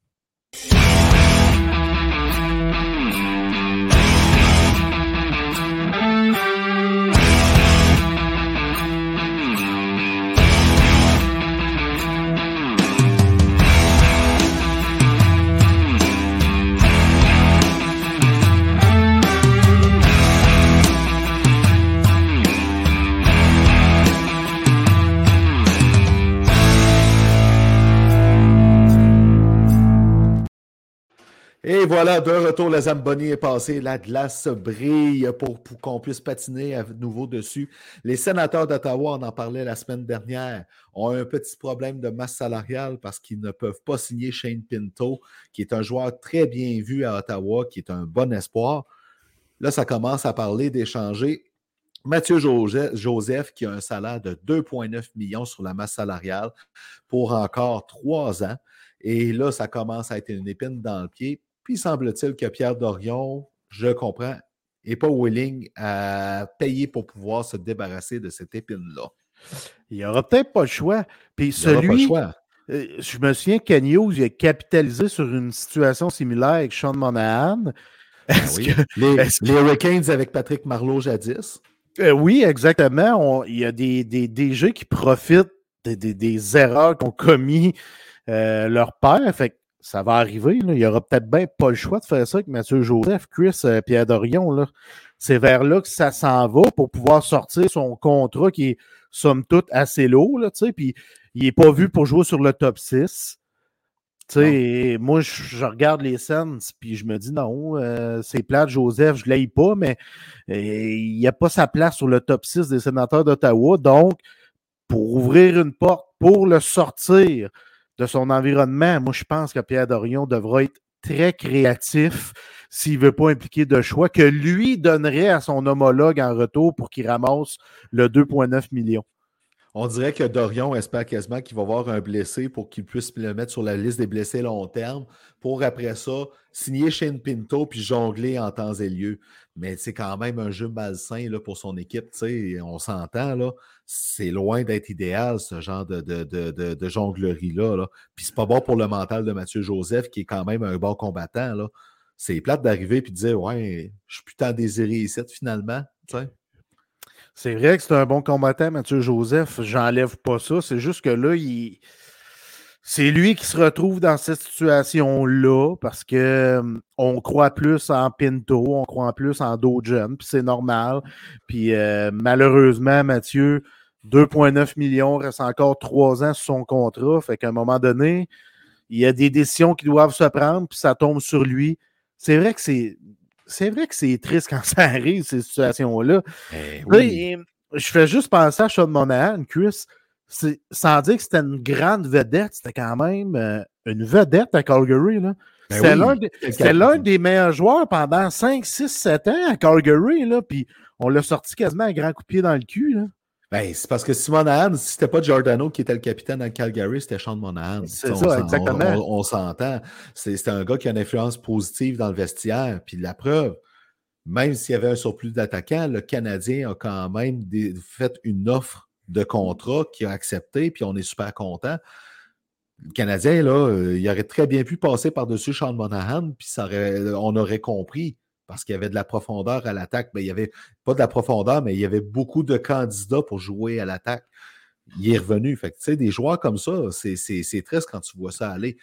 Et voilà, de retour, la Zamboni est passée, la glace brille pour, pour qu'on puisse patiner à nouveau dessus. Les sénateurs d'Ottawa, on en parlait la semaine dernière, ont un petit problème de masse salariale parce qu'ils ne peuvent pas signer Shane Pinto, qui est un joueur très bien vu à Ottawa, qui est un bon espoir. Là, ça commence à parler d'échanger Mathieu Joseph, qui a un salaire de deux virgule neuf millions sur la masse salariale pour encore trois ans. Et là, ça commence à être une épine dans le pied. Puis, semble-t-il que Pierre Dorion, je comprends, n'est pas willing à payer pour pouvoir se débarrasser de cette épine-là. Il n'y aura peut-être pas le choix. Puis Il n'y aura celui, pas le choix. Euh, je me souviens que Ken Hughes il a capitalisé sur une situation similaire avec Sean Monahan. Est-ce oui. que, les, est-ce les Hurricanes avec Patrick Marleau jadis. Euh, oui, exactement. On, il y a des, des D G qui profitent des, des, des erreurs qu'ont commis euh, leur père. Fait que ça va arriver. Là. Il n'y aura peut-être bien pas le choix de faire ça avec Mathieu Joseph, Chris, euh, Pierre Dorion. Là. C'est vers là que ça s'en va pour pouvoir sortir son contrat qui est, somme toute, assez lourd. Là, puis il n'est pas vu pour jouer sur le top six. Et moi, je, je regarde les scènes puis je me dis non, euh, c'est plate, Joseph, je ne l'aille pas, mais euh, il n'y a pas sa place sur le top six des sénateurs d'Ottawa. Donc, pour ouvrir une porte, pour le sortir de son environnement, moi, je pense que Pierre Dorion devra être très créatif s'il ne veut pas impliquer de choix que lui donnerait à son homologue en retour pour qu'il ramasse le deux virgule neuf millions. On dirait que Dorion espère quasiment qu'il va avoir un blessé pour qu'il puisse le mettre sur la liste des blessés long terme pour, après ça, signer Shane Pinto puis jongler en temps et lieu. Mais c'est quand même un jeu malsain là, pour son équipe. On s'entend, là, c'est loin d'être idéal, ce genre de, de, de, de, de jonglerie-là. Là. Puis c'est pas bon pour le mental de Mathieu Joseph, qui est quand même un bon combattant. Là. C'est plate d'arriver et de dire « Ouais, je suis plus tant désiré ici, finalement. » C'est vrai que c'est un bon combattant, Mathieu Joseph. J'enlève pas ça. C'est juste que là, il... c'est lui qui se retrouve dans cette situation-là parce qu'on euh, croit plus en Pinto, on croit plus en d'autres jeunes, puis c'est normal. Puis euh, malheureusement, Mathieu, deux virgule neuf millions, reste encore trois ans sur son contrat. Fait qu'à un moment donné, il y a des décisions qui doivent se prendre, puis ça tombe sur lui. C'est vrai que c'est... C'est vrai que c'est triste quand ça arrive, ces situations-là. Eh oui. Là, je fais juste penser à Sean Monahan, Chris. C'est, sans dire que c'était une grande vedette, c'était quand même euh, une vedette à Calgary. Là. Ben c'était oui, l'un, de, c'était l'un des meilleurs joueurs pendant cinq, six, sept ans à Calgary. Là, puis on l'a sorti quasiment un grand coup de pied dans le cul. Là. Ben, c'est parce que si Monahan, si c'était pas Giordano qui était le capitaine à Calgary, c'était Sean Monahan. C'est on, ça, exactement. On, on, on s'entend. C'est, c'est un gars qui a une influence positive dans le vestiaire. Puis la preuve, même s'il y avait un surplus d'attaquants, le Canadien a quand même des, fait une offre de contrat qu'il a accepté, puis on est super content. Le Canadien, là, euh, il aurait très bien pu passer par-dessus Sean Monahan, puis ça aurait, on aurait compris. Parce qu'il y avait de la profondeur à l'attaque. Ben, il n'y avait pas de la profondeur, mais il y avait beaucoup de candidats pour jouer à l'attaque. Il est revenu. Fait que, tu sais, des joueurs comme ça, c'est, c'est, c'est triste quand tu vois ça aller.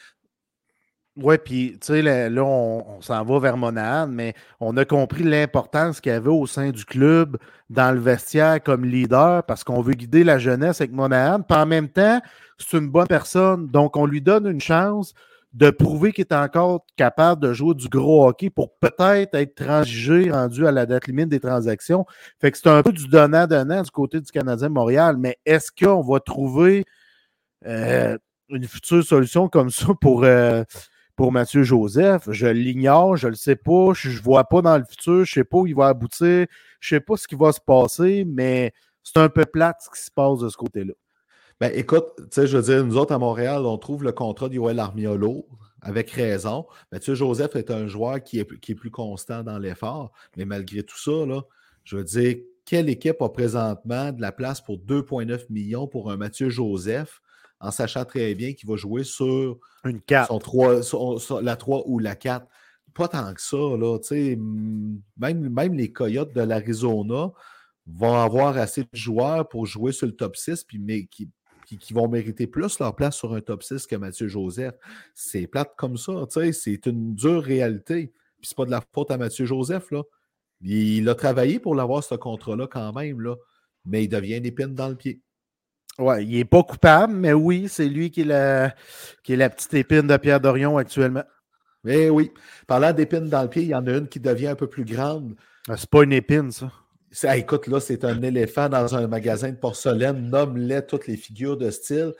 Oui, puis, tu sais, là, là, on, on s'en va vers Monahan, mais on a compris l'importance qu'il y avait au sein du club, dans le vestiaire comme leader, parce qu'on veut guider la jeunesse avec Monahan. Puis en même temps, c'est une bonne personne. Donc, on lui donne une chance de prouver qu'il est encore capable de jouer du gros hockey pour peut-être être transigé, rendu à la date limite des transactions. Fait que c'est un peu du donnant-donnant du côté du Canadien Montréal, mais est-ce qu'on va trouver euh, une future solution comme ça pour, euh, pour Mathieu Joseph? Je l'ignore, je ne le sais pas, je ne vois pas dans le futur, je ne sais pas où il va aboutir, je ne sais pas ce qui va se passer, mais c'est un peu plate ce qui se passe de ce côté-là. Ben, écoute, tu sais, je veux dire, nous autres à Montréal, on trouve le contrat d'Yoel Armiolo, avec raison. Mathieu Joseph est un joueur qui est, qui est plus constant dans l'effort, mais malgré tout ça, là, je veux dire, quelle équipe a présentement de la place pour deux virgule neuf millions pour un Mathieu Joseph, en sachant très bien qu'il va jouer sur Une quatre. Son trois, son, son, la trois ou la quatre? Pas tant que ça, là, tu sais, même, même les Coyotes de l'Arizona vont avoir assez de joueurs pour jouer sur le top six, puis mais qui Qui, qui vont mériter plus leur place sur un top six que Mathieu Joseph. C'est plate comme ça, tu sais, c'est une dure réalité. Puis c'est pas de la faute à Mathieu Joseph, là. Il a travaillé pour l'avoir, ce contrat-là, quand même, là. Mais il devient une épine dans le pied. Ouais, il n'est pas coupable, mais oui, c'est lui qui est, la, qui est la petite épine de Pierre Dorion actuellement. Eh oui. Parlant d'épine dans le pied, il y en a une qui devient un peu plus grande. Ah, c'est pas une épine, ça. Ah, écoute, là, c'est un éléphant dans un magasin de porcelaine. Nomme-les toutes les figures de style.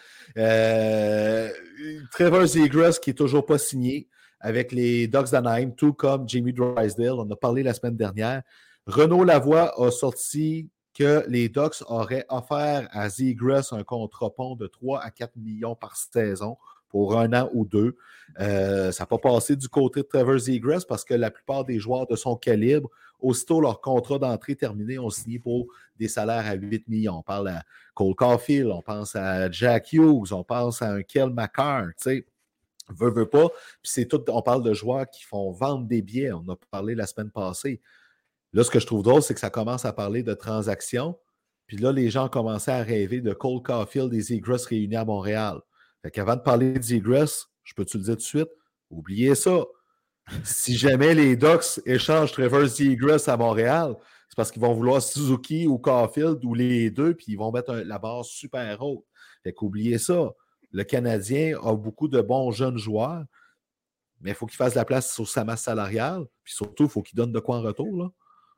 Euh, Trevor Zegras, qui n'est toujours pas signé avec les Ducks d'Anaheim, tout comme Jamie Drysdale. On a parlé la semaine dernière. Renaud Lavoie a sorti que les Ducks auraient offert à Zegras un contrat pont de trois à quatre millions par saison pour un an ou deux. Euh, ça n'a pas passé du côté de Trevor Zegras parce que la plupart des joueurs de son calibre, aussitôt leur contrat d'entrée terminé, ont signé pour des salaires à huit millions. On parle à Cole Caulfield, on pense à Jack Hughes, on pense à un Kel McCarr, tu sais. Veut, veut pas. Puis c'est tout, on parle de joueurs qui font vendre des billets. On a parlé la semaine passée. Là, ce que je trouve drôle, c'est que ça commence à parler de transactions. Puis là, les gens commençaient à rêver de Cole Caulfield et Zegras réunis à Montréal. Fait qu'avant de parler de Zegras, je peux te le dire tout de suite, oubliez ça. Si jamais les Ducks échangent Trevor Zegras à Montréal, c'est parce qu'ils vont vouloir Suzuki ou Caulfield ou les deux, puis ils vont mettre un, la barre super haute. Fait qu'oubliez ça. Le Canadien a beaucoup de bons jeunes joueurs, mais il faut qu'il fasse de la place sur sa masse salariale, puis surtout, il faut qu'il donne de quoi en retour, là.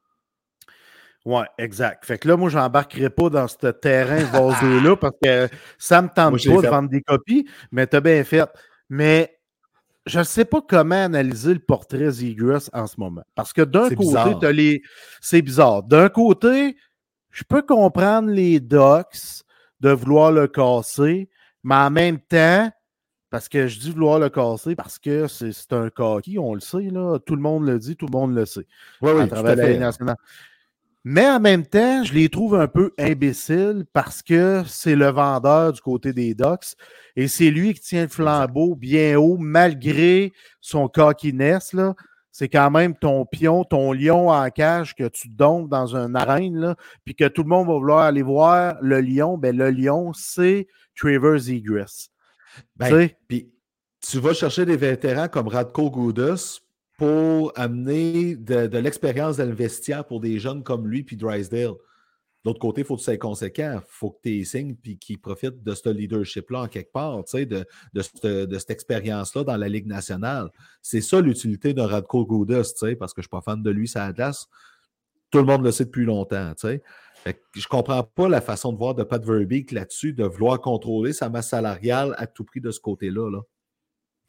Oui, exact. Fait que là, moi, je n'embarquerai pas dans ce terrain vaseux-là parce que ça ne me tente moi, pas de vendre des copies, mais tu as bien fait. Mais je ne sais pas comment analyser le portrait Zegras en ce moment. Parce que d'un côté, tu as les. C'est bizarre. D'un côté, je peux comprendre les Ducks de vouloir le casser, mais en même temps, parce que je dis vouloir le casser parce que c'est, c'est un coquille, on le sait, là. Tout le monde le dit, tout le monde le sait. Oui, oui, à travers la Ligue nationale. Mais en même temps, je les trouve un peu imbéciles parce que c'est le vendeur du côté des Ducks et c'est lui qui tient le flambeau bien haut malgré son cockiness, là. C'est quand même ton pion, ton lion en cage que tu dompes dans une arène, là, puis que tout le monde va vouloir aller voir le lion. Ben, le lion, c'est Trevor Zegras. Ben, puis tu vas chercher des vétérans comme Radko Gudas pour amener de, de l'expérience dans le vestiaire pour des jeunes comme lui puis Drysdale. D'autre côté, il faut que tu sois conséquent. Il faut que tu les signes et qu'ils profitent de ce leadership-là en quelque part, de, de, cette, de cette expérience-là dans la Ligue nationale. C'est ça l'utilité de Radko Gudas, parce que je ne suis pas fan de lui, ça a glace. Tout le monde le sait depuis longtemps. Fait que je ne comprends pas la façon de voir de Pat Verbeek là-dessus, de vouloir contrôler sa masse salariale à tout prix de ce côté-là. Là.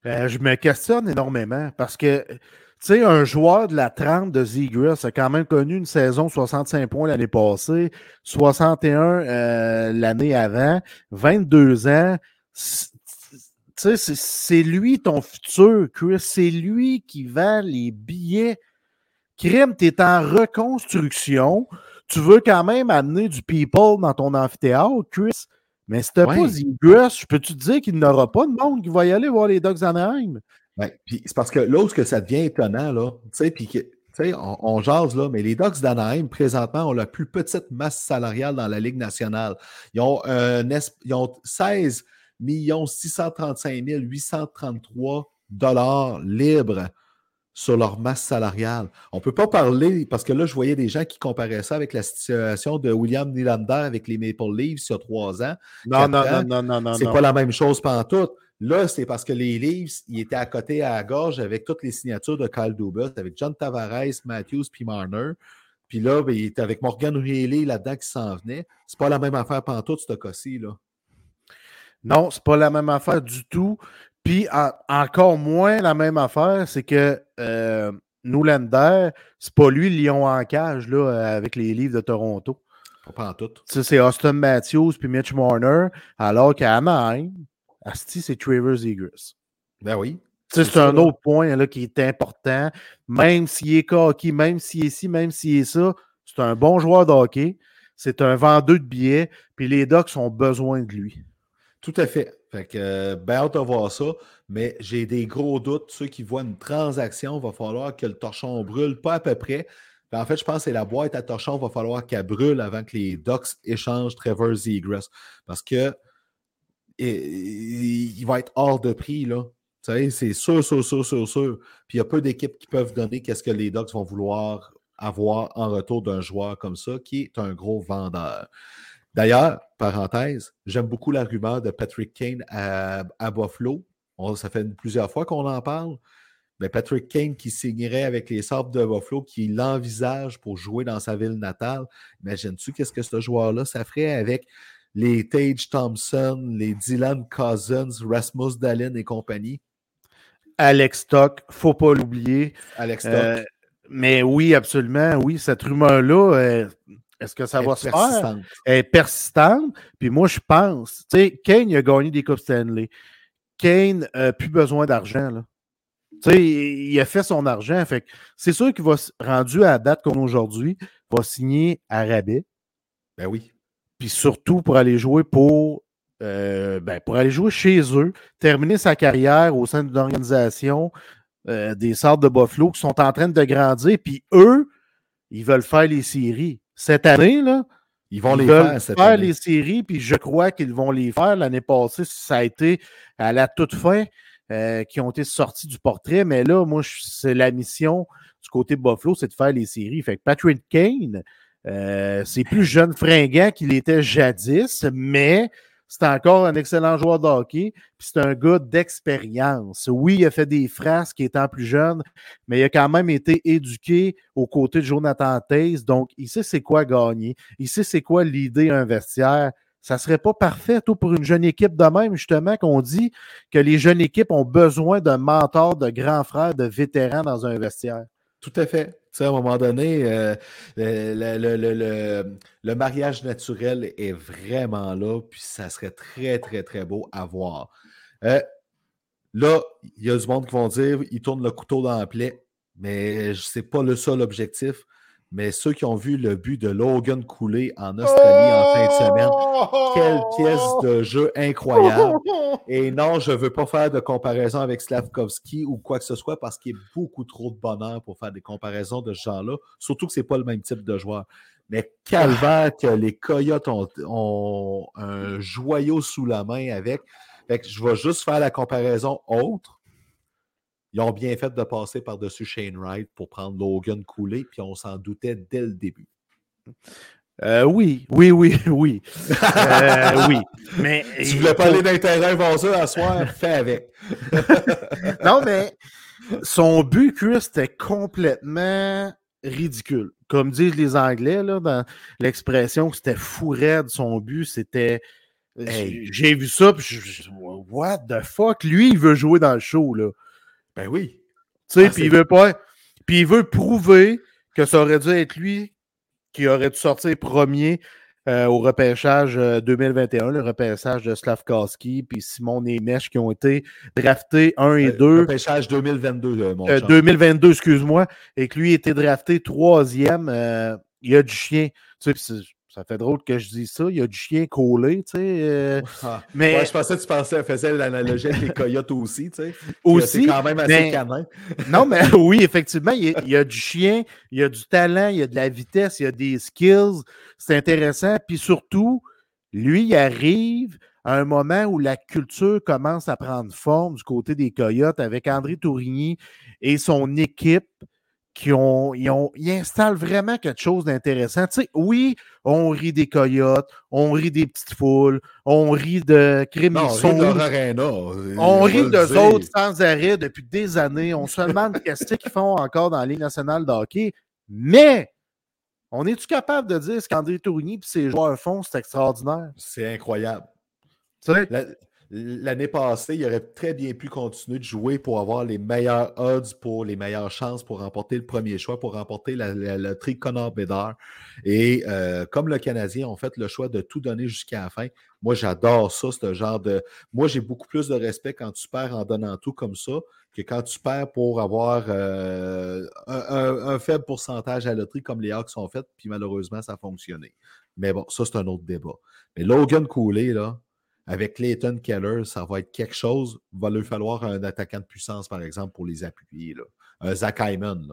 Euh, je me questionne énormément parce que, tu sais, un joueur de la trempe de Zegras a quand même connu une saison soixante-cinq points l'année passée, soixante et un euh, l'année avant, vingt-deux ans. Tu sais, c'est, c'est lui ton futur, Chris. C'est lui qui vend les billets. Crime, tu es en reconstruction. Tu veux quand même amener du people dans ton amphithéâtre, Chris. Mais si t'as Ouais. pas Zegras, je peux-tu te dire qu'il n'y aura pas de monde qui va y aller voir les Ducks d'Anaheim? Ouais. Puis c'est parce que là où que ça devient étonnant, là, tu sais, puis que, tu sais, on, on jase, là, mais les Ducks d'Anaheim, présentement, ont la plus petite masse salariale dans la Ligue nationale. Ils ont, euh, ils ont seize millions six cent trente-cinq mille huit cent trente-trois dollars libres sur leur masse salariale. On ne peut pas parler, parce que là, je voyais des gens qui comparaient ça avec la situation de William Nylander avec les Maple Leafs il y a trois ans. Non, non, ans. non, non, non, non. C'est non. pas la même chose pantoute. Là, c'est parce que les Leafs, ils étaient à côté à la gorge avec toutes les signatures de Kyle Dubas, avec John Tavares, Matthews, puis Marner. Puis là, ben, il était avec Morgan Rielly là-dedans qui s'en venait. C'est pas la même affaire pantoute, ce cas-ci, là. Non, c'est pas la même affaire du tout. Puis en, encore moins la même affaire, c'est que euh, Nylander, c'est pas lui le lion en cage là, avec les Leafs de Toronto. Pas pantoute. Ça, c'est Austin Matthews puis Mitch Marner, alors qu'à Anaheim, Asti, c'est Trevor Zegras. Ben oui. C'est, c'est un là. autre point là, qui est important. Même s'il est cocky, même s'il est ci, même s'il est ça, c'est un bon joueur de hockey. C'est un vendeur de billets. Puis les Ducks ont besoin de lui. Tout à fait. Fait que, euh, ben hâte de voir ça, mais j'ai des gros doutes. Ceux qui voient une transaction, il va falloir que le torchon brûle, pas à peu près. Ben, en fait, je pense que c'est la boîte à torchon, il va falloir qu'elle brûle avant que les Ducks échangent Trevor Zegras. Parce que il, il va être hors de prix, là. Tu sais, c'est sûr, sûr, sûr, sûr, sûr. Puis il y a peu d'équipes qui peuvent donner qu'est-ce que les Ducks vont vouloir avoir en retour d'un joueur comme ça, qui est un gros vendeur. D'ailleurs, parenthèse, j'aime beaucoup la rumeur de Patrick Kane à, à Buffalo. On, ça fait plusieurs fois qu'on en parle. Mais Patrick Kane qui signerait avec les Sabres de Buffalo, qui l'envisage pour jouer dans sa ville natale. Imagines-tu qu'est-ce que ce joueur-là, ça ferait avec les Tage Thompson, les Dylan Cousins, Rasmus Dahlin et compagnie? Alex Stock, faut pas l'oublier. Alex Stock. Euh, mais oui, absolument, oui, cette rumeur-là... Euh... Est-ce que ça Elle va se persistante. faire? Elle est persistante. Puis moi, je pense, tu sais, Kane, il a gagné des Coupes Stanley. Kane n'a plus besoin d'argent, là. Tu sais, il a fait son argent. Fait que c'est sûr qu'il va, rendu à la date comme aujourd'hui, va signer à rabais. Ben oui. Puis surtout pour aller jouer pour, euh, ben, pour aller jouer chez eux, terminer sa carrière au sein d'une organisation euh, des Sabres de Buffalo qui sont en train de grandir. Puis eux, ils veulent faire les séries. Cette année, là, ils vont ils les veulent faire, cette faire année. les séries, puis je crois qu'ils vont les faire. L'année passée, ça a été à la toute fin euh, qui ont été sortis du portrait, mais là, moi, je, c'est la mission du côté de Buffalo, c'est de faire les séries. Fait que Patrick Kane, euh, c'est plus jeune fringant qu'il était jadis, mais c'est encore un excellent joueur de hockey, puis c'est un gars d'expérience. Oui, il a fait des frasques étant plus jeune, mais il a quand même été éduqué aux côtés de Jonathan Toews, donc il sait c'est quoi gagner, il sait c'est quoi l'idée un vestiaire. Ça serait pas parfait, tout pour une jeune équipe de même, justement, qu'on dit que les jeunes équipes ont besoin d'un mentor, de grands frères, de vétérans dans un vestiaire. Tout à fait. Tu sais, à un moment donné, euh, le, le, le, le, le mariage naturel est vraiment là, puis ça serait très, très, très beau à voir. Euh, là, il y a du monde qui vont dire ils tournent le couteau dans la plaie, mais c'est pas le seul objectif. Mais ceux qui ont vu le but de Logan couler en Australie en fin de semaine, quelle pièce de jeu incroyable. Et non, je ne veux pas faire de comparaison avec Slavkovski ou quoi que ce soit parce qu'il y a beaucoup trop de bonheur pour faire des comparaisons de ce genre-là, surtout que ce n'est pas le même type de joueur. Mais calvaire que les Coyotes ont, ont un joyau sous la main avec. Fait que je vais juste faire la comparaison autre. Ils ont bien fait de passer par-dessus Shane Wright pour prendre Logan Cooley, puis on s'en doutait dès le début. Euh, oui, oui, oui, oui. euh, oui. Mais, tu voulais pas aller dans les terrains voir ça à soir, fais avec. Non, mais son but, Chris, c'était complètement ridicule. Comme disent les Anglais, là, dans l'expression que c'était fou raide, son but, c'était Hey. J'ai vu ça, puis je, je, what the fuck? Lui, il veut jouer dans le show, là. Ben oui. Tu sais, ah, puis il veut pas... Puis il veut prouver que ça aurait dû être lui qui aurait dû sortir premier euh, au repêchage euh, deux mille vingt et un, le repêchage de Slavkovski puis Simon Nemec qui ont été draftés un et deux. Le repêchage deux mille vingt-deux, mon euh, deux mille vingt-deux, excuse-moi, et que lui était drafté troisième. Euh, il y a du chien. Tu sais, ça fait drôle que je dise ça. Il y a du chien collé, tu sais. Euh, ah, mais... ouais, je pensais que tu pensais, faisais l'analogie avec les coyotes aussi, tu sais. Aussi. C'est quand même assez mais... canin. non, mais oui, effectivement, il y, a, il y a du chien, il y a du talent, il y a de la vitesse, il y a des skills. C'est intéressant. Puis surtout, lui, il arrive à un moment où la culture commence à prendre forme du côté des Coyotes avec André Tourigny et son équipe. Qui ont, ils, ont, ils installent vraiment quelque chose d'intéressant. Tu sais, oui, on rit des Coyotes, on rit des petites foules, on rit de Crémisson. On rit de leur arena. On, on rit d'eux autres sans arrêt depuis des années. On se demande qu'est-ce qu'ils font encore dans la Ligue nationale de hockey. Mais, on est-tu capable de dire ce qu'André Tourigny et ses joueurs font? C'est extraordinaire. C'est incroyable. Tu sais? La... L'année passée, il aurait très bien pu continuer de jouer pour avoir les meilleurs odds, pour les meilleures chances pour remporter le premier choix, pour remporter la, la, la tri Connor Bedard. Et euh, comme le Canadien ont fait le choix de tout donner jusqu'à la fin, moi j'adore ça, ce genre de... Moi j'ai beaucoup plus de respect quand tu perds en donnant tout comme ça que quand tu perds pour avoir euh, un, un, un faible pourcentage à la loterie comme les Hawks ont fait, puis malheureusement ça a fonctionné. Mais bon, ça c'est un autre débat. Mais Logan Cooley, là, avec Clayton Keller, ça va être quelque chose. Il va lui falloir un attaquant de puissance, par exemple, pour les appuyer. Là. Un Zach Hyman.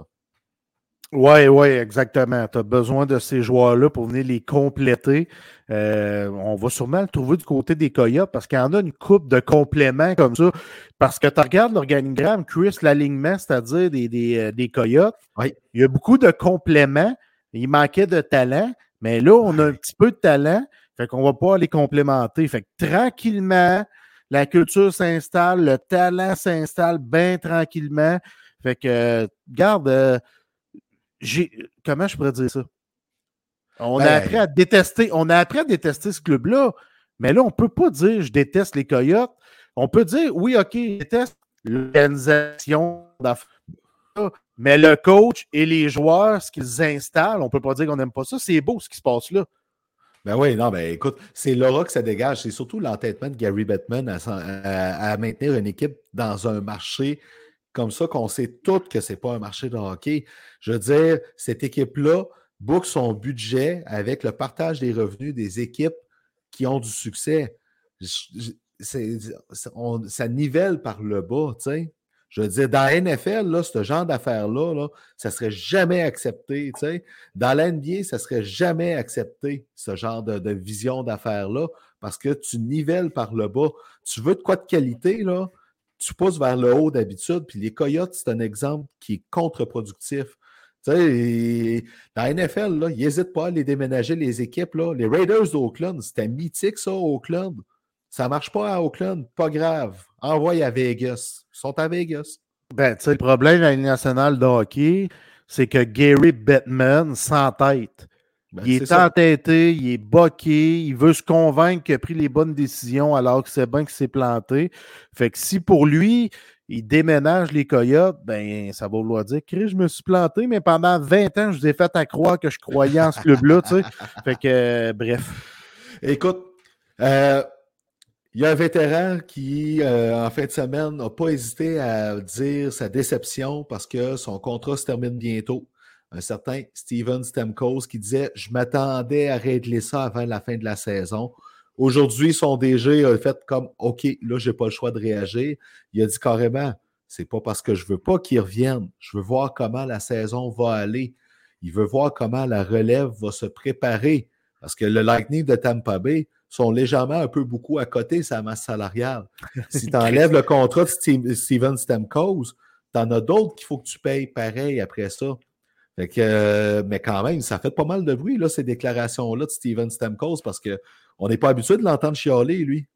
Oui, oui, exactement. Tu as besoin de ces joueurs-là pour venir les compléter. Euh, on va sûrement le trouver du côté des Coyotes parce qu'il y en a une coupe de compléments comme ça. Parce que tu regardes l'organigramme, Chris, l'alignement, c'est-à-dire des, des, des Coyotes, oui. Il y a beaucoup de compléments. Il manquait de talent, mais là, on a un petit peu de talent. Fait qu'on va pas les complémenter. Fait que tranquillement, la culture s'installe, le talent s'installe bien tranquillement. Fait que, euh, regarde, euh, j'ai, comment je pourrais dire ça? On ben, a appris à détester, on a appris à détester ce club-là, mais là, on peut pas dire je déteste les Coyotes. On peut dire, oui, OK, je déteste l'organisation d'affaires, mais le coach et les joueurs, ce qu'ils installent, on peut pas dire qu'on n'aime pas ça. C'est beau ce qui se passe là. Ben oui, non, ben écoute, c'est l'aura que ça dégage. C'est surtout l'entêtement de Gary Bettman à, à, à maintenir une équipe dans un marché comme ça qu'on sait tous que c'est pas un marché de hockey. Je veux dire, cette équipe-là boucle son budget avec le partage des revenus des équipes qui ont du succès. C'est, on, ça nivelle par le bas, tu sais. Je veux dire, dans la N F L, là, ce genre d'affaires-là, là, ça ne serait jamais accepté. Tu sais. Dans l'N B A, ça ne serait jamais accepté, ce genre de, de vision d'affaires-là, parce que tu nivelles par le bas. Tu veux de quoi de qualité, là, tu pousses vers le haut d'habitude, puis les Coyotes, c'est un exemple qui est contre-productif. Tu sais, dans la N F L, là, ils n'hésitent pas à les déménager, les équipes. Là. Les Raiders d'Oakland, c'était mythique, ça, Oakland. Ça ne marche pas à Oakland, pas grave. Envoie à Vegas. Ils sont à Vegas. Ben, tu sais, le problème de la Ligue nationale de hockey, c'est que Gary Bettman s'entête. Ben, il est, est entêté, il est boqué, il veut se convaincre qu'il a pris les bonnes décisions alors que c'est bien qu'il s'est planté. Fait que si pour lui, il déménage les Coyotes, ben ça va vouloir dire que je me suis planté, mais pendant vingt ans, je vous ai fait à croire que je croyais en ce club-là, tu sais. Fait que, euh, bref. Écoute, euh, il y a un vétéran qui, euh, en fin de semaine, n'a pas hésité à dire sa déception parce que son contrat se termine bientôt. Un certain Steven Stamkos qui disait « Je m'attendais à régler ça avant la fin de la saison. » Aujourd'hui, son D G a fait comme « OK, là, je n'ai pas le choix de réagir. » Il a dit carrément « C'est pas parce que je veux pas qu'il revienne. Je veux voir comment la saison va aller. Il veut voir comment la relève va se préparer. » Parce que le Lightning de Tampa Bay sont légèrement un peu beaucoup à côté sa masse salariale. Si tu enlèves le contrat de Steve, Steven Stamkos, tu en as d'autres qu'il faut que tu payes pareil après ça. Fait que, euh, mais quand même, ça fait pas mal de bruit, là, ces déclarations-là de Steven Stamkos, parce qu'on n'est pas habitué de l'entendre chialer, lui.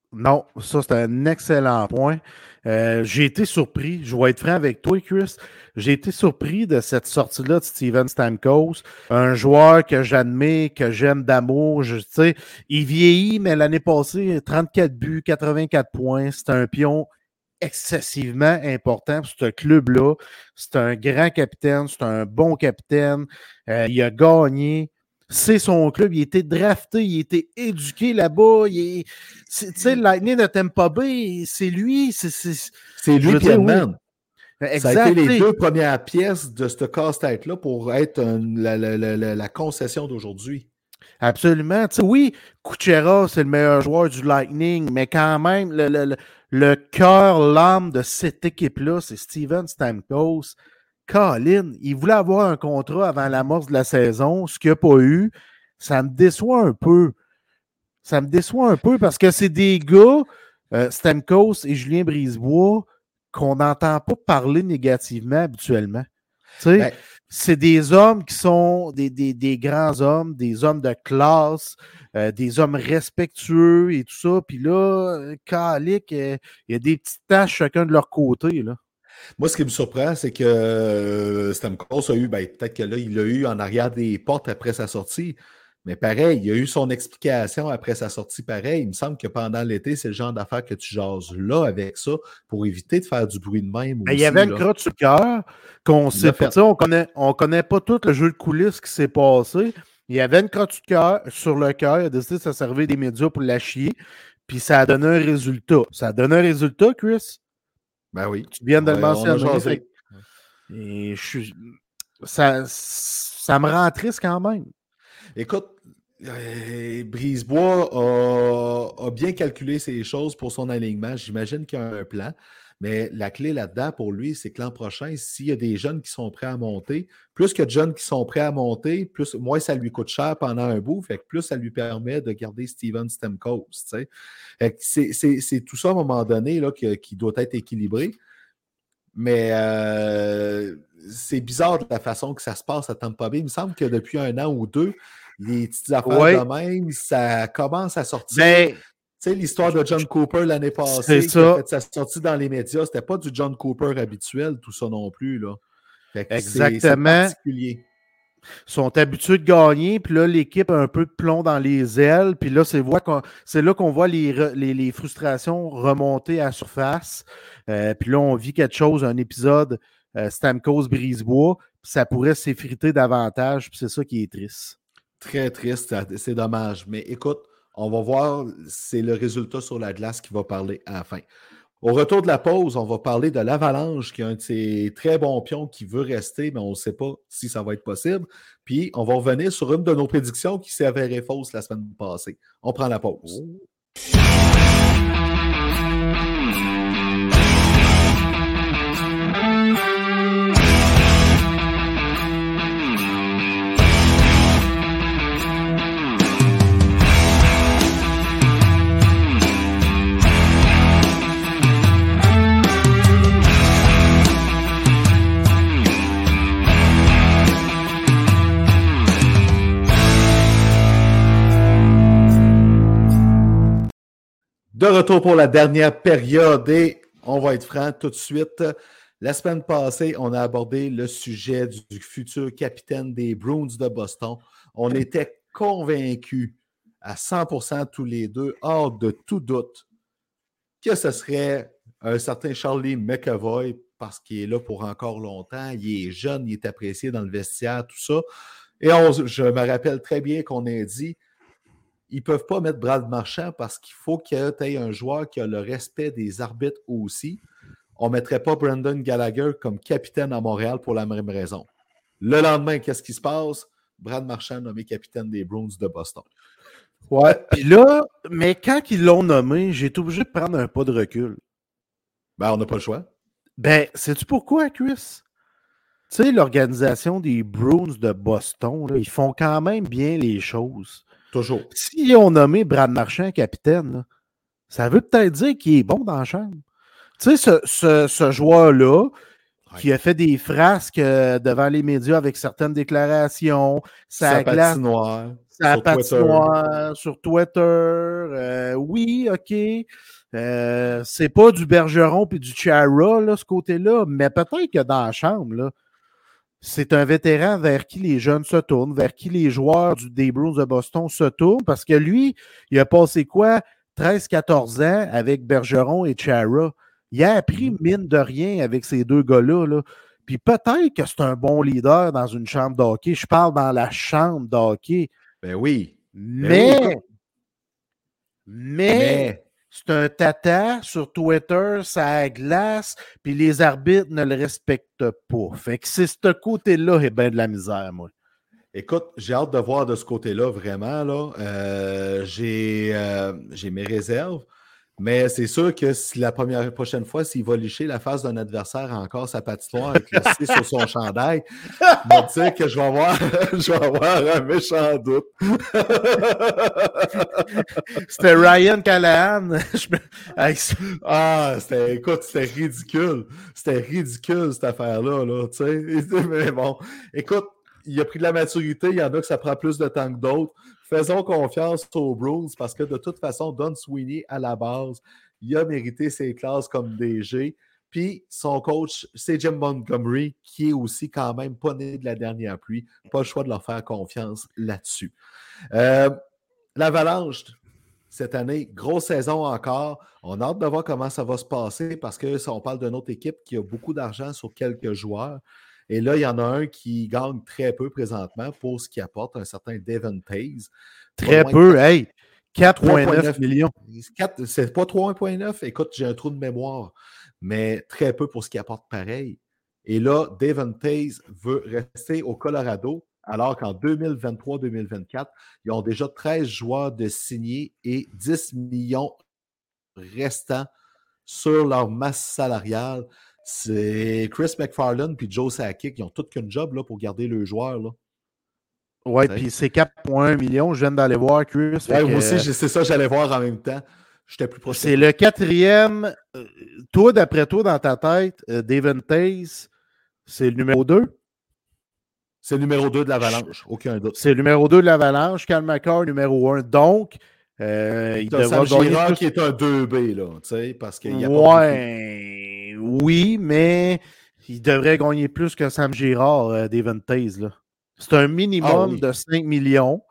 Non, ça, c'est un excellent point. Euh, j'ai été surpris, je vais être franc avec toi, Chris. J'ai été surpris de cette sortie-là de Steven Stamkos, un joueur que j'admets, que j'aime d'amour. Je, tu sais, il vieillit, mais l'année passée, trente-quatre buts, quatre-vingt-quatre points. C'est un pion excessivement important pour ce club-là. C'est un grand capitaine, c'est un bon capitaine. Euh, il a gagné. C'est son club, il a été drafté, il a été éduqué là-bas. Tu sais, le Lightning de Tampa Bay, c'est lui. C'est, c'est, c'est lui qui amène. Exact. Ça a été les deux premières pièces de ce casse-tête-là pour être un, la, la, la, la concession d'aujourd'hui. Absolument. Tu sais, oui, Kuchera, c'est le meilleur joueur du Lightning, mais quand même, le, le, le cœur, l'âme de cette équipe-là, c'est Steven Stamkos. Colin, il voulait avoir un contrat avant l'amorce de la saison, ce qu'il n'a pas eu. Ça me déçoit un peu. Ça me déçoit un peu parce que c'est des gars, euh, Stamkos et Julien Brisebois, qu'on n'entend pas parler négativement habituellement. Tu sais, ben, c'est des hommes qui sont des, des, des grands hommes, des hommes de classe, euh, des hommes respectueux et tout ça. Puis là, calique, il y a des petites tâches chacun de leur côté, là. Moi, ce qui me surprend, c'est que euh, Stamkos a eu, ben, peut-être que là, il l'a eu en arrière des portes après sa sortie, mais pareil, il a eu son explication après sa sortie pareil. Il me semble que pendant l'été, c'est le genre d'affaire que tu jases là avec ça pour éviter de faire du bruit de même. Ben, aussi, il y avait une crotte sur le cœur qu'on sait pas. On connaît, on connaît pas tout le jeu de coulisses qui s'est passé. Il y avait une crotte sur le cœur. Il a décidé de se servir des médias pour la chier. Puis ça a donné un résultat. Ça a donné un résultat, Chris? Ben oui. Tu viens de le mentionner. Et je suis... ça, ça me rend triste quand même. Écoute, euh, Brisebois a, a bien calculé ses choses pour son alignement. J'imagine qu'il y a un plan. Mais la clé là-dedans pour lui, c'est que l'an prochain, s'il y a des jeunes qui sont prêts à monter, plus que de jeunes qui sont prêts à monter, plus moins ça lui coûte cher pendant un bout, fait que plus ça lui permet de garder Steven Stamkos. C'est, c'est, c'est tout ça à un moment donné là, qui, qui doit être équilibré. Mais euh, c'est bizarre de la façon que ça se passe à Tampa Bay. Il me semble que depuis un an ou deux, les petites affaires ouais. de même, ça commence à sortir. Ben, tu sais, l'histoire de John Cooper l'année passée, qui a fait sa sortie dans les médias, c'était pas du John Cooper habituel, tout ça non plus. Là. Fait que exactement. C'est, c'est particulier. Ils sont habitués de gagner, puis là, l'équipe a un peu de plomb dans les ailes, puis là, c'est, c'est là qu'on voit les, les, les frustrations remonter à la surface. Euh, puis là, on vit quelque chose, un épisode euh, Stamkos Brisebois, puis ça pourrait s'effriter davantage, puis c'est ça qui est triste. Très triste, c'est dommage. Mais écoute, on va voir, c'est le résultat sur la glace qui va parler à la fin. Au retour de la pause, on va parler de l'Avalanche, qui est un de ces très bons pions qui veut rester, mais on ne sait pas si ça va être possible. Puis, on va revenir sur une de nos prédictions qui s'est avérée fausse la semaine passée. On prend la pause. Oh. De retour pour la dernière période et on va être franc tout de suite. La semaine passée, on a abordé le sujet du, du futur capitaine des Bruins de Boston. On était convaincus à cent pour cent tous les deux, hors de tout doute, que ce serait un certain Charlie McAvoy parce qu'il est là pour encore longtemps. Il est jeune, il est apprécié dans le vestiaire, tout ça. Et on, je me rappelle très bien qu'on ait dit ils ne peuvent pas mettre Brad Marchand parce qu'il faut qu'il y ait un joueur qui a le respect des arbitres aussi. On ne mettrait pas Brendan Gallagher comme capitaine à Montréal pour la même raison. Le lendemain, qu'est-ce qui se passe? Brad Marchand nommé capitaine des Bruins de Boston. Ouais, puis là, mais quand ils l'ont nommé, j'ai été obligé de prendre un pas de recul. Ben, on n'a pas le choix. Ben, sais-tu pourquoi, Chris? Tu sais, l'organisation des Bruins de Boston, là, ils font quand même bien les choses. Toujours. S'ils ont nommé Brad Marchand capitaine, là, ça veut peut-être dire qu'il est bon dans la chambre. Tu sais, ce, ce, ce joueur-là, ouais. qui a fait des frasques devant les médias avec certaines déclarations, sa patinoire. sa sur Twitter. patinoire, sur Twitter. Euh, oui, OK. Euh, c'est pas du Bergeron puis du Chara, là, ce côté-là, mais peut-être que dans la chambre, là, c'est un vétéran vers qui les jeunes se tournent, vers qui les joueurs du, des Bruins de Boston se tournent, parce que lui, il a passé quoi? treize quatorze ans avec Bergeron et Chara. Il a appris, mine de rien, avec ces deux gars-là, là. Puis peut-être que c'est un bon leader dans une chambre de hockey. Je parle dans la chambre de hockey. Ben oui. Mais, Ben oui, mais, mais, c'est un tata sur Twitter, ça glace, puis les arbitres ne le respectent pas. Fait que c'est ce côté-là est bien de la misère, moi. écoute, j'ai hâte de voir de ce côté-là, vraiment. Là. Euh, j'ai, euh, j'ai mes réserves, mais c'est sûr que si la première prochaine fois, s'il va licher la face d'un adversaire encore sa patinoire avec le C sur son chandail, il va dire que je vais avoir, je vais avoir un méchant doute. C'était Ryan Callahan. Ah, c'était, écoute, c'était ridicule. C'était ridicule, cette affaire-là, là, tu sais. Mais bon, écoute, il a pris de la maturité. Il y en a que ça prend plus de temps que d'autres. Faisons confiance aux Bruins parce que de toute façon, Don Sweeney, à la base, il a mérité ses classes comme D G. Puis son coach, c'est Jim Montgomery, qui est aussi quand même pas né de la dernière pluie. Pas le choix de leur faire confiance là-dessus. Euh, L'Avalanche, cette année, grosse saison encore. On a hâte de voir comment ça va se passer parce que si on parle d'une autre équipe qui a beaucoup d'argent sur quelques joueurs. Et là, il y en a un qui gagne très peu présentement pour ce qui apporte un certain Devon Taze. Très peu, hey! quatre virgule neuf millions. quatre, c'est pas trois virgule neuf. Écoute, j'ai un trou de mémoire, mais très peu pour ce qui apporte pareil. Et là, Devon Taze veut rester au Colorado, alors qu'en deux mille vingt-trois deux mille vingt-quatre, ils ont déjà treize joueurs de signés et dix millions restants sur leur masse salariale. C'est Chris McFarland puis Joe Sakic qui ont tout qu'une job là, pour garder le joueur. Oui, puis c'est quatre virgule un millions. Je viens d'aller voir, Chris. Ouais, moi aussi, c'est ça, j'allais voir en même temps. J'étais plus proche. C'est le quatrième. Euh, toi, d'après toi, dans ta tête, euh, Devon Taze, c'est le numéro deux? C'est le numéro deux de l'Avalanche, aucun doute. C'est le numéro deux de l'Avalanche. Cal McCarr, numéro un. Donc, euh, il devra gagner. Girard plus... qui est un deux B, là, tu sais, parce qu'il y a ouais, pas beaucoup. Oui, mais il devrait gagner plus que Sam Girard, euh, Devon Taze, là. C'est un minimum ah, oui. de cinq millions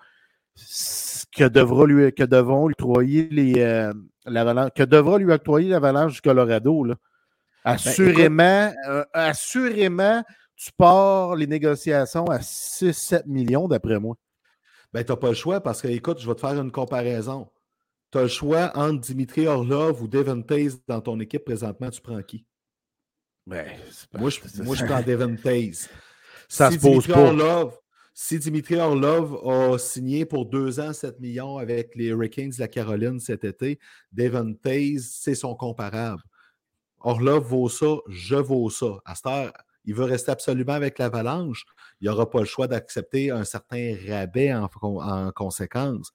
que, devra lui, que devront lui octroyer les, euh, l'Avalanche, que devra lui octroyer l'Avalanche du Colorado. Là. Assurément, ben, euh, assurément, tu pars les négociations à six sept millions, d'après moi. Ben, tu n'as pas le choix parce que, écoute, je vais te faire une comparaison. Tu as le choix entre Dimitri Orlov ou Devon Taze dans ton équipe présentement, tu prends qui? Ben, pas, moi, je, moi, je prends Devon Taze. Ça si se pose Dimitri pas. Orlov, si Dimitri Orlov a signé pour deux ans, sept millions avec les Hurricanes de la Caroline cet été, Devon Taze, c'est son comparable. Orlov vaut ça, je vaux ça. À cette heure, il veut rester absolument avec l'Avalanche. Il n'aura pas le choix d'accepter un certain rabais en, en conséquence.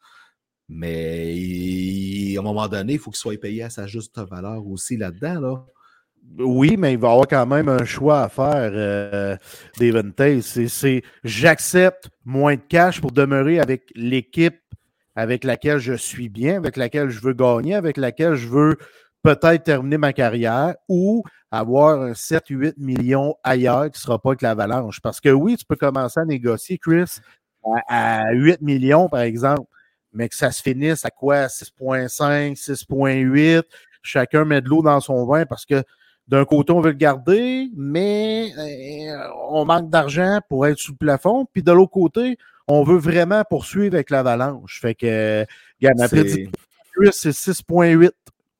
Mais il, à un moment donné, il faut qu'il soit payé à sa juste valeur aussi là-dedans, là. Oui, mais il va y avoir quand même un choix à faire, euh, Devon Taze. C'est, c'est, j'accepte moins de cash pour demeurer avec l'équipe avec laquelle je suis bien, avec laquelle je veux gagner, avec laquelle je veux peut-être terminer ma carrière ou avoir un sept huit millions ailleurs qui ne sera pas avec l'Avalanche. Parce que oui, tu peux commencer à négocier, Chris, à, à huit millions, par exemple, mais que ça se finisse à quoi? six virgule cinq, six virgule huit. Chacun met de l'eau dans son vin parce que d'un côté, on veut le garder, mais euh, on manque d'argent pour être sous le plafond. Puis de l'autre côté, on veut vraiment poursuivre avec l'Avalanche. Fait que, euh, regarde, ma prédiction, c'est six virgule huit.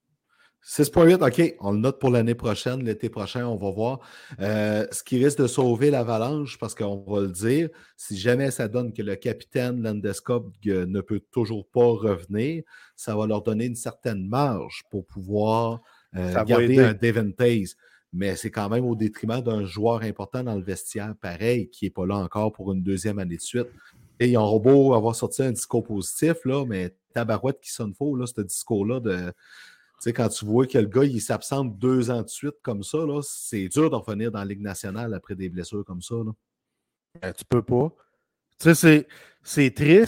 six virgule huit, OK. On le note pour l'année prochaine. L'été prochain, on va voir. Euh, ce qui risque de sauver l'Avalanche, parce qu'on va le dire, si jamais ça donne que le capitaine Landeskog ne peut toujours pas revenir, ça va leur donner une certaine marge pour pouvoir euh, garder un Devon Taze. Mais c'est quand même au détriment d'un joueur important dans le vestiaire, pareil, qui n'est pas là encore pour une deuxième année de suite. Et ils ont beau avoir sorti un discours positif, là, mais tabarouette qui sonne faux, là, ce discours-là de... Tu sais, quand tu vois que le gars, il s'absente deux ans de suite comme ça, là, c'est dur de revenir dans la Ligue nationale après des blessures comme ça. Là. Ben, tu peux pas. Tu sais, c'est, c'est triste,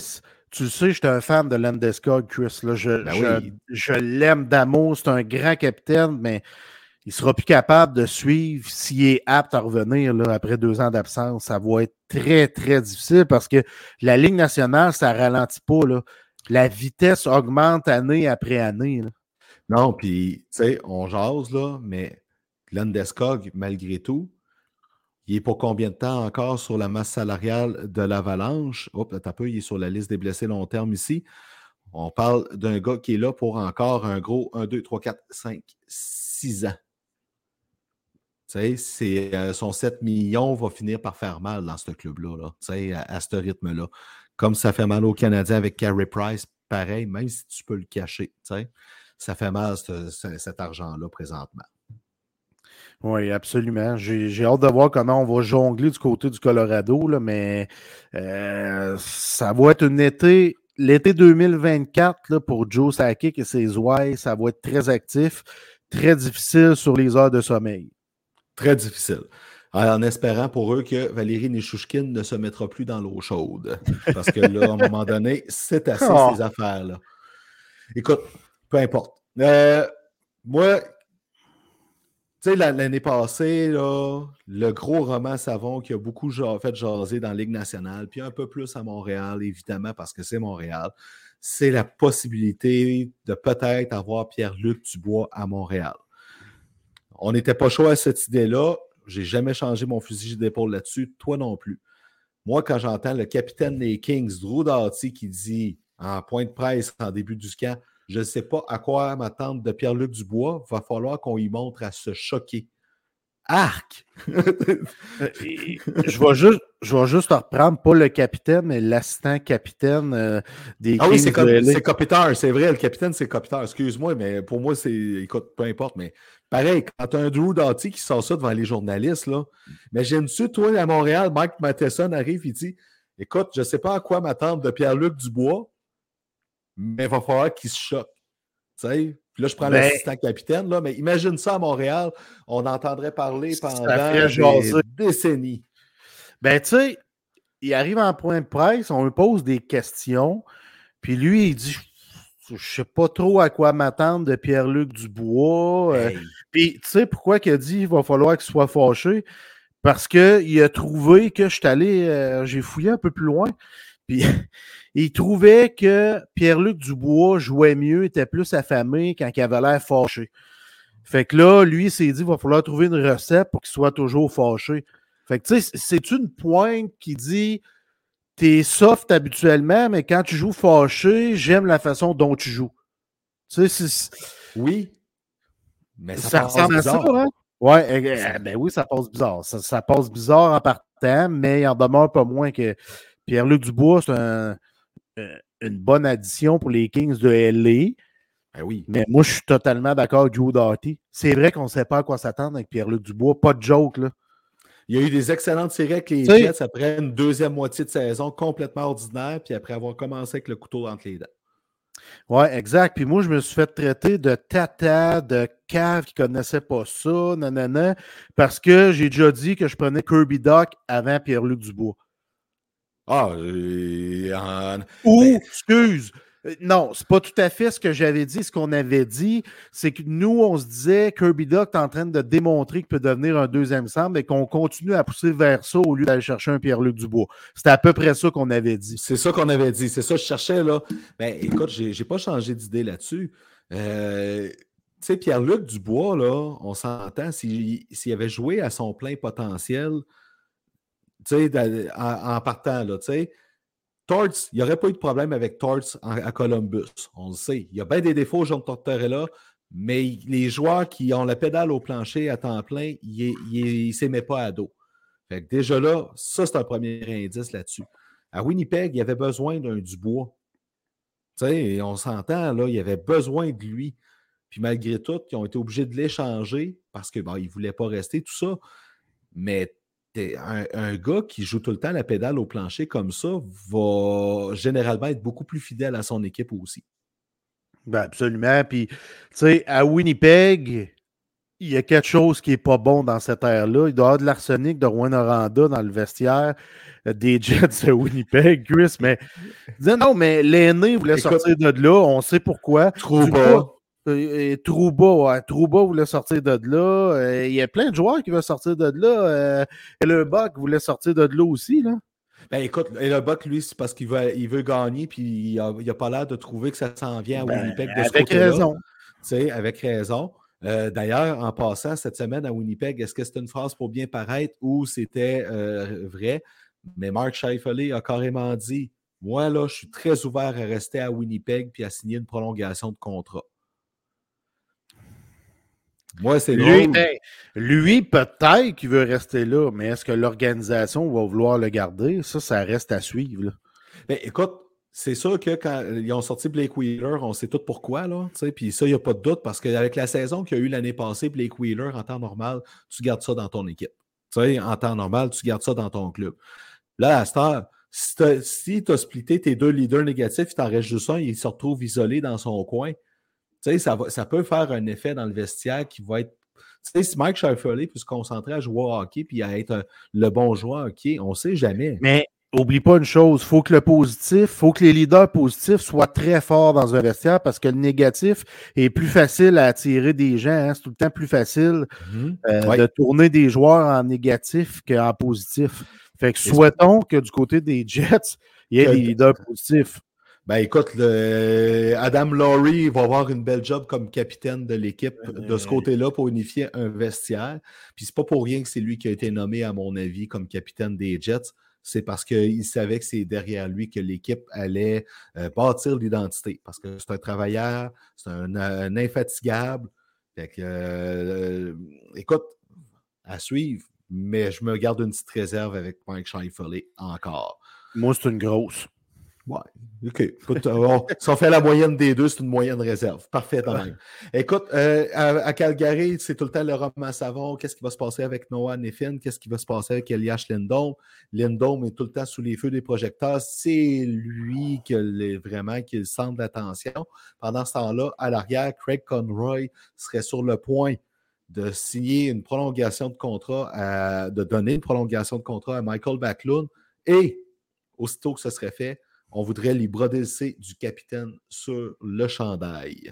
Tu le sais, j'étais un fan de Landeskog, Chris. Là. Je, Ben je, oui. je l'aime d'amour. C'est un grand capitaine, mais il ne sera plus capable de suivre s'il est apte à revenir là, après deux ans d'absence. Ça va être très, très difficile parce que la Ligue nationale, ça ne ralentit pas. Là. La vitesse augmente année après année. Là. Non, puis, tu sais, on jase, là, mais Landeskog, malgré tout, il est pour combien de temps encore sur la masse salariale de l'Avalanche? Hop, là, t'as peu, il est sur la liste des blessés long terme ici. On parle d'un gars qui est là pour encore un gros un, deux, trois, quatre, cinq, six ans. Tu sais, c'est, euh, son sept millions va finir par faire mal dans ce club-là, là, tu sais, à, à ce rythme-là. Comme ça fait mal aux Canadiens avec Carey Price, pareil, même si tu peux le cacher, tu sais, ça fait mal ce, ce, cet argent-là présentement. Oui, absolument. J'ai, j'ai hâte de voir comment on va jongler du côté du Colorado, là, mais euh, ça va être un été, l'été deux mille vingt-quatre là, pour Joe Sakic et ses ouailles, ça va être très actif, très difficile sur les heures de sommeil. Très difficile. En espérant pour eux que Valérie Nichushkin ne se mettra plus dans l'eau chaude. Parce que là, à un moment donné, c'est assez oh. ces affaires-là. Écoute, peu importe. Euh, moi, tu sais, l'année passée, là, le gros roman savon qui a beaucoup fait jaser dans la Ligue nationale, puis un peu plus à Montréal, évidemment, parce que c'est Montréal, c'est la possibilité de peut-être avoir Pierre-Luc Dubois à Montréal. On n'était pas chaud à cette idée-là. Je n'ai jamais changé mon fusil d'épaule là-dessus. Toi non plus. Moi, quand j'entends le capitaine des Kings, Drew Doughty, qui dit en point de presse en début du camp, je ne sais pas à quoi m'attendre de Pierre-Luc Dubois, il va falloir qu'on y montre à se choquer. Arc! je, vais juste, je vais juste reprendre, pas le capitaine, mais l'assistant capitaine euh, des ah Kings. Ah oui, c'est, Cop- c'est Kopitar, c'est vrai, le capitaine, c'est Kopitar. Excuse-moi, mais pour moi, c'est. Écoute, peu importe, mais pareil, quand tu as un Drew Doughty qui sort ça devant les journalistes, là, imagine-tu, toi, à Montréal, Mike Matheson arrive, il dit écoute, je ne sais pas à quoi m'attendre de Pierre-Luc Dubois, mais il va falloir qu'il se choque. Tu sais? Puis là, je prends ben, l'assistant capitaine, là, mais imagine ça à Montréal, on entendrait parler pendant des décennies. Ben, tu sais, il arrive en point de presse, on lui pose des questions, puis lui, il dit je ne sais pas trop à quoi m'attendre de Pierre-Luc Dubois. Hey. Euh, puis, tu sais, pourquoi il a dit qu'il va falloir qu'il soit fâché? Parce qu'il a trouvé que je suis allé, euh, j'ai fouillé un peu plus loin, puis il trouvait que Pierre-Luc Dubois jouait mieux, était plus affamé quand il avait l'air fâché. Fait que là, lui, il s'est dit qu'il va falloir trouver une recette pour qu'il soit toujours fâché. Fait que tu sais, c'est une pointe qui dit t'es soft habituellement, mais quand tu joues fâché, j'aime la façon dont tu joues. Tu sais, c'est... Oui. Mais ça, ça ressemble à ça, hein? Ouais, euh, ben oui, ça passe bizarre. Ça, ça passe bizarre en partant, mais il en demeure pas moins que Pierre-Luc Dubois, c'est un, une bonne addition pour les Kings de L A. Ben oui. Mais moi, je suis totalement d'accord avec Drew Doughty. C'est vrai qu'on ne sait pas à quoi s'attendre avec Pierre-Luc Dubois. Pas de joke, là. Il y a eu des excellentes séries avec les T'sais, Jets après une deuxième moitié de saison complètement ordinaire, puis après avoir commencé avec le couteau entre les dents. Oui, exact. Puis moi, je me suis fait traiter de tata, de cave qui ne connaissait pas ça, nanana, parce que j'ai déjà dit que je prenais Kirby Dach avant Pierre-Luc Dubois. Ah, euh, en... Ou, ben... excuse, non, c'est pas tout à fait ce que j'avais dit. Ce qu'on avait dit, c'est que nous, on se disait Kirby Dach est en train de démontrer qu'il peut devenir un deuxième centre et qu'on continue à pousser vers ça au lieu d'aller chercher un Pierre-Luc Dubois. C'était à peu près ça qu'on avait dit. C'est ça qu'on avait dit. C'est ça que je cherchais, là. Ben, écoute, j'ai, j'ai pas changé d'idée là-dessus. Euh, tu sais, Pierre-Luc Dubois, là, on s'entend, s'il, s'il avait joué à son plein potentiel, tu sais, en, en partant, là, tu sais, Torts, il n'y aurait pas eu de problème avec Torts en, à Columbus. On le sait. Il y a bien des défauts, Jean Tortorella, mais les joueurs qui ont la pédale au plancher à temps plein, ils ne s'aimaient pas à dos. Fait que déjà là, ça, c'est un premier indice là-dessus. À Winnipeg, il y avait besoin d'un Dubois. Tu sais, on s'entend, là, il y avait besoin de lui. Puis malgré tout, ils ont été obligés de l'échanger parce qu'ils bon, ne voulaient pas rester, tout ça. Mais Un, un gars qui joue tout le temps la pédale au plancher comme ça va généralement être beaucoup plus fidèle à son équipe aussi. Ben absolument. Puis, tu sais, à Winnipeg, il y a quelque chose qui n'est pas bon dans cette ère-là. Il doit y avoir de l'arsenic de Rouyn-Noranda dans le vestiaire euh, des Jets de Winnipeg, Chris, mais disait, non, mais l'aîné voulait Écoute, sortir de là, on sait pourquoi. Trouba. Euh, et Trouba, ouais, Trouba voulait sortir de là. Euh, il y a plein de joueurs qui veulent sortir de là. Euh, et le Buck voulait sortir de là aussi, là. Ben écoute, et le Buck, lui, c'est parce qu'il veut, il veut gagner, puis il n'a a pas l'air de trouver que ça s'en vient à Ben, Winnipeg de ce avec côté-là. raison. Tu sais, avec raison. Euh, d'ailleurs, en passant cette semaine à Winnipeg, est-ce que c'était une phrase pour bien paraître ou c'était euh, vrai? Mais Mark Scheifele a carrément dit, moi, là, je suis très ouvert à rester à Winnipeg puis à signer une prolongation de contrat. Moi, c'est Lui, drôle. ben, lui, peut-être qu'il veut rester là, mais est-ce que l'organisation va vouloir le garder? Ça, ça reste à suivre, là. Ben, écoute, c'est sûr que quand ils ont sorti Blake Wheeler, on sait tout pourquoi, là. Puis ça, il n'y a pas de doute, parce qu'avec la saison qu'il y a eu l'année passée, Blake Wheeler, en temps normal, tu gardes ça dans ton équipe. T'sais, en temps normal, tu gardes ça dans ton club. Là, à cette heure, si tu as splitté tes deux leaders négatifs, il t'en reste juste un, il se retrouve isolé dans son coin. Ça, va, ça peut faire un effet dans le vestiaire qui va être. Tu sais, si Mike Scheifele peut se concentrer à jouer au hockey puis à être un, le bon joueur hockey, on ne sait jamais. Mais oublie pas une chose, il faut que le positif, il faut que les leaders positifs soient très forts dans un vestiaire parce que le négatif est plus facile à attirer des gens. Hein. C'est tout le temps plus facile mm-hmm. euh, ouais. de tourner des joueurs en négatif qu'en positif. Fait que souhaitons que du côté des Jets, il y ait que... des leaders positifs. Ben écoute, le Adam Laurie va avoir une belle job comme capitaine de l'équipe euh... de ce côté-là pour unifier un vestiaire. Puis c'est pas pour rien que c'est lui qui a été nommé, à mon avis, comme capitaine des Jets. C'est parce qu'il savait que c'est derrière lui que l'équipe allait euh, bâtir l'identité. Parce que c'est un travailleur, c'est un, un infatigable. Fait que, euh, écoute, à suivre, mais je me garde une petite réserve avec Mike Scheifele encore. Moi, c'est une grosse. Ouais, OK. Écoute, on, si on fait la moyenne des deux, c'est une moyenne réserve. Parfait, quand même. Écoute, euh, à, à Calgary, c'est tout le temps le roman savon. Qu'est-ce qui va se passer avec Noah Neffin? Qu'est-ce qui va se passer avec Elias Lindholm? Lindholm est tout le temps sous les feux des projecteurs. C'est lui qui a vraiment qui a le centre d'attention. Pendant ce temps-là, à l'arrière, Craig Conroy serait sur le point de signer une prolongation de contrat, à, de donner une prolongation de contrat à Michael Backlund. Et, aussitôt que ce serait fait, on voudrait les brodesser du capitaine sur le chandail.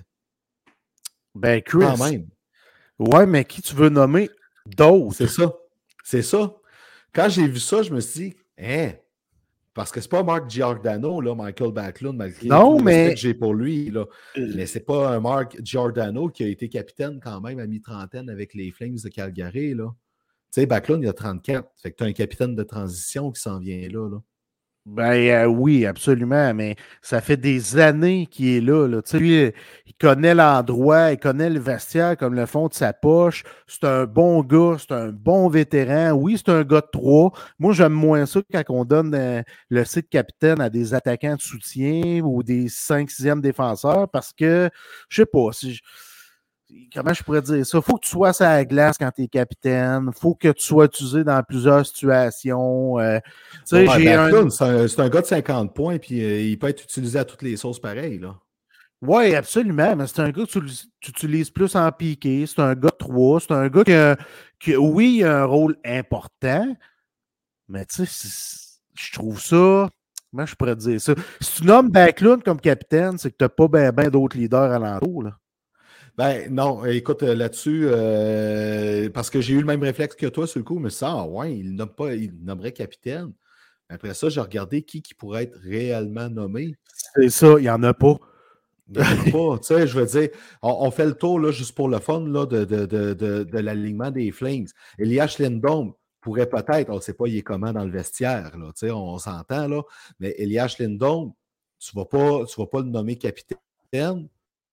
Ben, Chris. Quand même. Ouais, mais qui tu veux nommer d'autres? C'est ça. C'est ça. Quand j'ai vu ça, je me suis dit, hein, parce que c'est pas Mark Giordano, là, Michael Backlund, malgré non, tout mais... le respect que j'ai pour lui. Là. Mais c'est pas un Mark Giordano qui a été capitaine quand même à mi-trentaine avec les Flames de Calgary. Là. Tu sais, Backlund, il a trente-quatre. Fait que tu as un capitaine de transition qui s'en vient là. là. Ben euh, oui, absolument, mais ça fait des années qu'il est là. là. Tu sais, lui, il connaît l'endroit, il connaît le vestiaire comme le fond de sa poche. C'est un bon gars, c'est un bon vétéran. Oui, c'est un gars de trois. Moi, j'aime moins ça quand on donne euh, le site capitaine à des attaquants de soutien ou des cinq sixième défenseurs parce que, je sais pas, si je... Comment je pourrais dire ça? Il faut que tu sois sur la glace quand tu es capitaine. Il faut que tu sois utilisé dans plusieurs situations. Euh, ouais, j'ai un... C'est un, c'est un gars de cinquante points, puis euh, il peut être utilisé à toutes les sauces pareilles. Oui, absolument. Mais c'est un gars que tu, tu utilises plus en piqué. C'est un gars de trois. C'est un gars qui, qui, oui, il a un rôle important. Mais tu sais, je trouve ça. Comment je pourrais dire ça? Si tu nommes Backlund comme capitaine, c'est que tu n'as pas bien ben d'autres leaders alentour, là. Ben non, écoute, là-dessus, euh, parce que j'ai eu le même réflexe que toi sur le coup, mais ça, ah, ouais, il nomme pas, il nommerait capitaine. Après ça, j'ai regardé qui, qui pourrait être réellement nommé. C'est ça, il n'y en a pas. Il n'y en a pas, tu sais, je veux dire, on, on fait le tour, là, juste pour le fun, là, de, de, de, de, de l'alignement des Flames. Elias Lindholm pourrait peut-être, on ne sait pas il est comment dans le vestiaire, là, tu sais, on, on s'entend, là, mais Elias Lindholm, tu ne vas pas, tu vas pas le nommer capitaine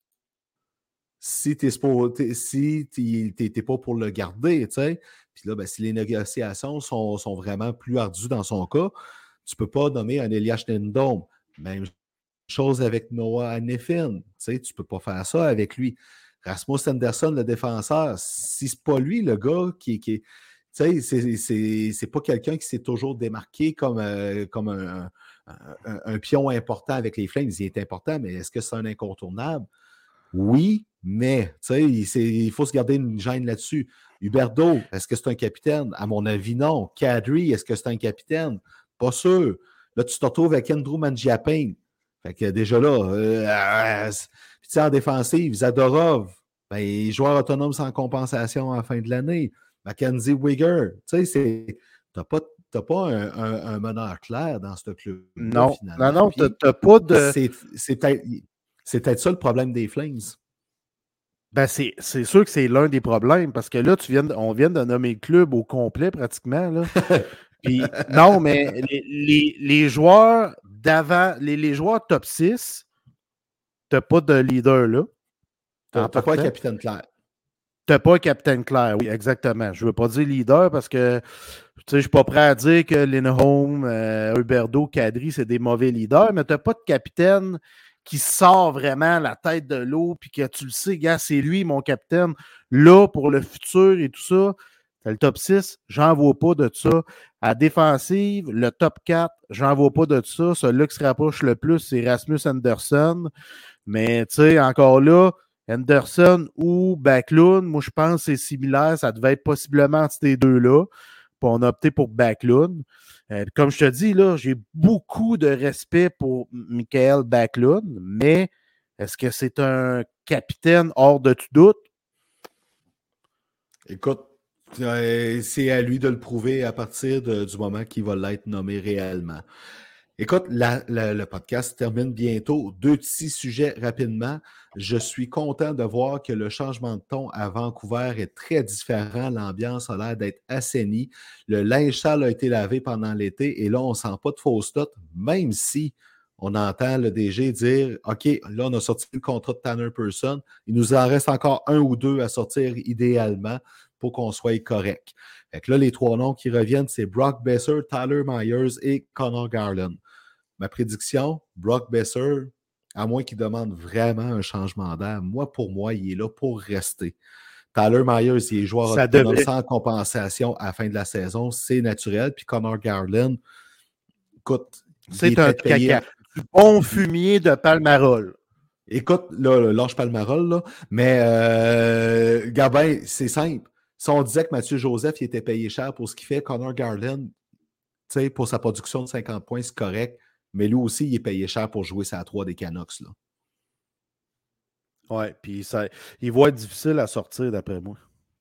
si tu n'es si pas pour le garder, tu sais. Puis là, ben, si les négociations sont, sont vraiment plus ardues dans son cas, tu ne peux pas nommer un Elias Lindholm. Même chose avec Noah Neffin. Tu sais, tu ne peux pas faire ça avec lui. Rasmus Andersson, le défenseur, si ce n'est pas lui, le gars qui, qui tu sais, c'est pas quelqu'un qui s'est toujours démarqué comme, euh, comme un, un, un, un pion important avec les Flames. Il est important, mais est-ce que c'est un incontournable? Oui, mais il, il faut se garder une gêne là-dessus. Huberdeau, est-ce que c'est un capitaine? À mon avis, non. Kadri, est-ce que c'est un capitaine? Pas sûr. Là, tu te retrouves avec Andrew Mangiapane. Fait que déjà là, euh, puis en défensive, Zadorov, ben, joueur autonome sans compensation à la fin de l'année. Mackenzie Weegar, tu sais, t'as pas, t'as pas un, un, un meneur clair dans ce club. Non, finalement. non, non, t'as, t'as pas de... C'est, c'est, peut-être, c'est peut-être ça le problème des Flames. Ben c'est, c'est sûr que c'est l'un des problèmes, parce que là, tu viens de, on vient de nommer le club au complet pratiquement. Là. Puis, non, mais les, les, les joueurs d'avant, les, les joueurs top six, t'as pas de leader là. T'as, t'as pas un capitaine clair. T'as pas un capitaine clair, oui, exactement. Je veux pas dire leader parce que tu sais, je suis pas prêt à dire que Lindholm, euh, Huberdeau, Kadri, c'est des mauvais leaders, mais t'as pas de capitaine qui sort vraiment la tête de l'eau, puis que tu le sais, gars, c'est lui mon capitaine. Là, pour le futur et tout ça, t'as le top six, j'en vois pas de ça. À défensive, le top quatre, j'en vois pas de ça. Celui-là qui se rapproche le plus, c'est Rasmus Andersson. Mais, tu sais, encore là, Anderson ou Backlund, moi, je pense que c'est similaire. Ça devait être possiblement entre ces deux-là. Puis on a opté pour Backlund. Euh, comme je te dis, là, j'ai beaucoup de respect pour Michael Backlund, mais est-ce que c'est un capitaine hors de tout doute? Écoute, euh, c'est à lui de le prouver à partir de, du moment qu'il va l'être nommé réellement. Écoute, la, la, le podcast termine bientôt. Deux petits sujets rapidement. Je suis content de voir que le changement de ton à Vancouver est très différent. L'ambiance a l'air d'être assainie. Le linge sale a été lavé pendant l'été et là, on ne sent pas de fausse note, même si on entend le D G dire « OK, là, on a sorti le contrat de Tanner Person. Il nous en reste encore un ou deux à sortir idéalement pour qu'on soit correct. » Fait que là, les trois noms qui reviennent, c'est Brock Besser, Tyler Myers et Connor Garland. Ma prédiction, Brock Besser, à moins qu'il demande vraiment un changement d'air, moi, pour moi, il est là pour rester. Tyler Myers, il est joueur Ça autonome devrait. sans compensation à la fin de la saison. C'est naturel. Puis Connor Garland, écoute, c'est un caca. Du bon fumier de Palmarol. Écoute, là, là lâche Palmarol, là, mais euh, Gabin, c'est simple. Si on disait que Mathieu Joseph il était payé cher pour ce qu'il fait, Connor Garland, pour sa production de cinquante points, c'est correct. Mais lui aussi, il est payé cher pour jouer sa trois des Canucks. Là. Ouais, puis ça, il va être difficile à sortir d'après moi.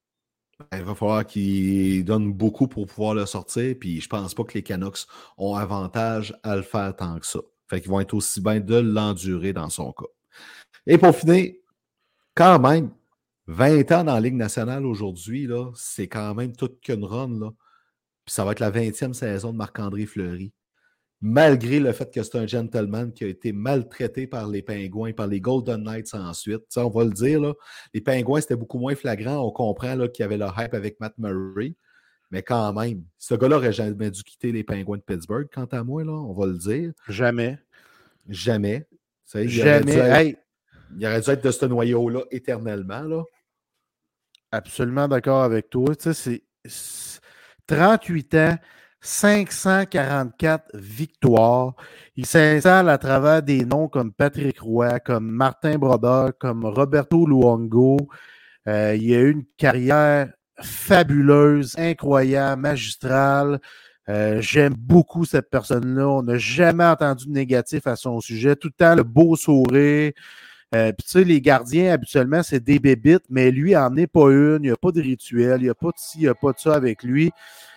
Il va falloir qu'il donne beaucoup pour pouvoir le sortir, puis je pense pas que les Canucks ont avantage à le faire tant que ça. Fait qu'ils vont être aussi bien de l'endurer dans son cas. Et pour finir, quand même, vingt ans dans la Ligue nationale aujourd'hui, là, c'est quand même toute qu'une run. Là. Puis ça va être la vingtième saison de Marc-André Fleury. Malgré le fait que c'est un gentleman qui a été maltraité par les Pingouins, par les Golden Knights ensuite. Ça, on va le dire, là, les Pingouins, c'était beaucoup moins flagrant. On comprend là, qu'il y avait le hype avec Matt Murray. Mais quand même, ce gars-là n'aurait jamais dû quitter les Pingouins de Pittsburgh, quant à moi, là, on va le dire. Jamais. Jamais. Ça, il jamais. Aurait être, hey. Il aurait dû être de ce noyau-là éternellement. Là. Absolument d'accord avec toi. Tu sais, c'est, c'est trente-huit ans, cinq cent quarante-quatre victoires. Il s'installe à travers des noms comme Patrick Roy, comme Martin Brodeur, comme Roberto Luongo. Euh, il a eu une carrière fabuleuse, incroyable, magistrale. Euh, j'aime beaucoup cette personne-là. On n'a jamais entendu de négatif à son sujet. Tout le temps, le beau sourire. Euh, Puis tu sais, les gardiens, habituellement, c'est des bébites, mais lui, il n'en est pas une. Il n'y a pas de rituel. Il n'y a pas de ci, il n'y a pas de ça avec lui.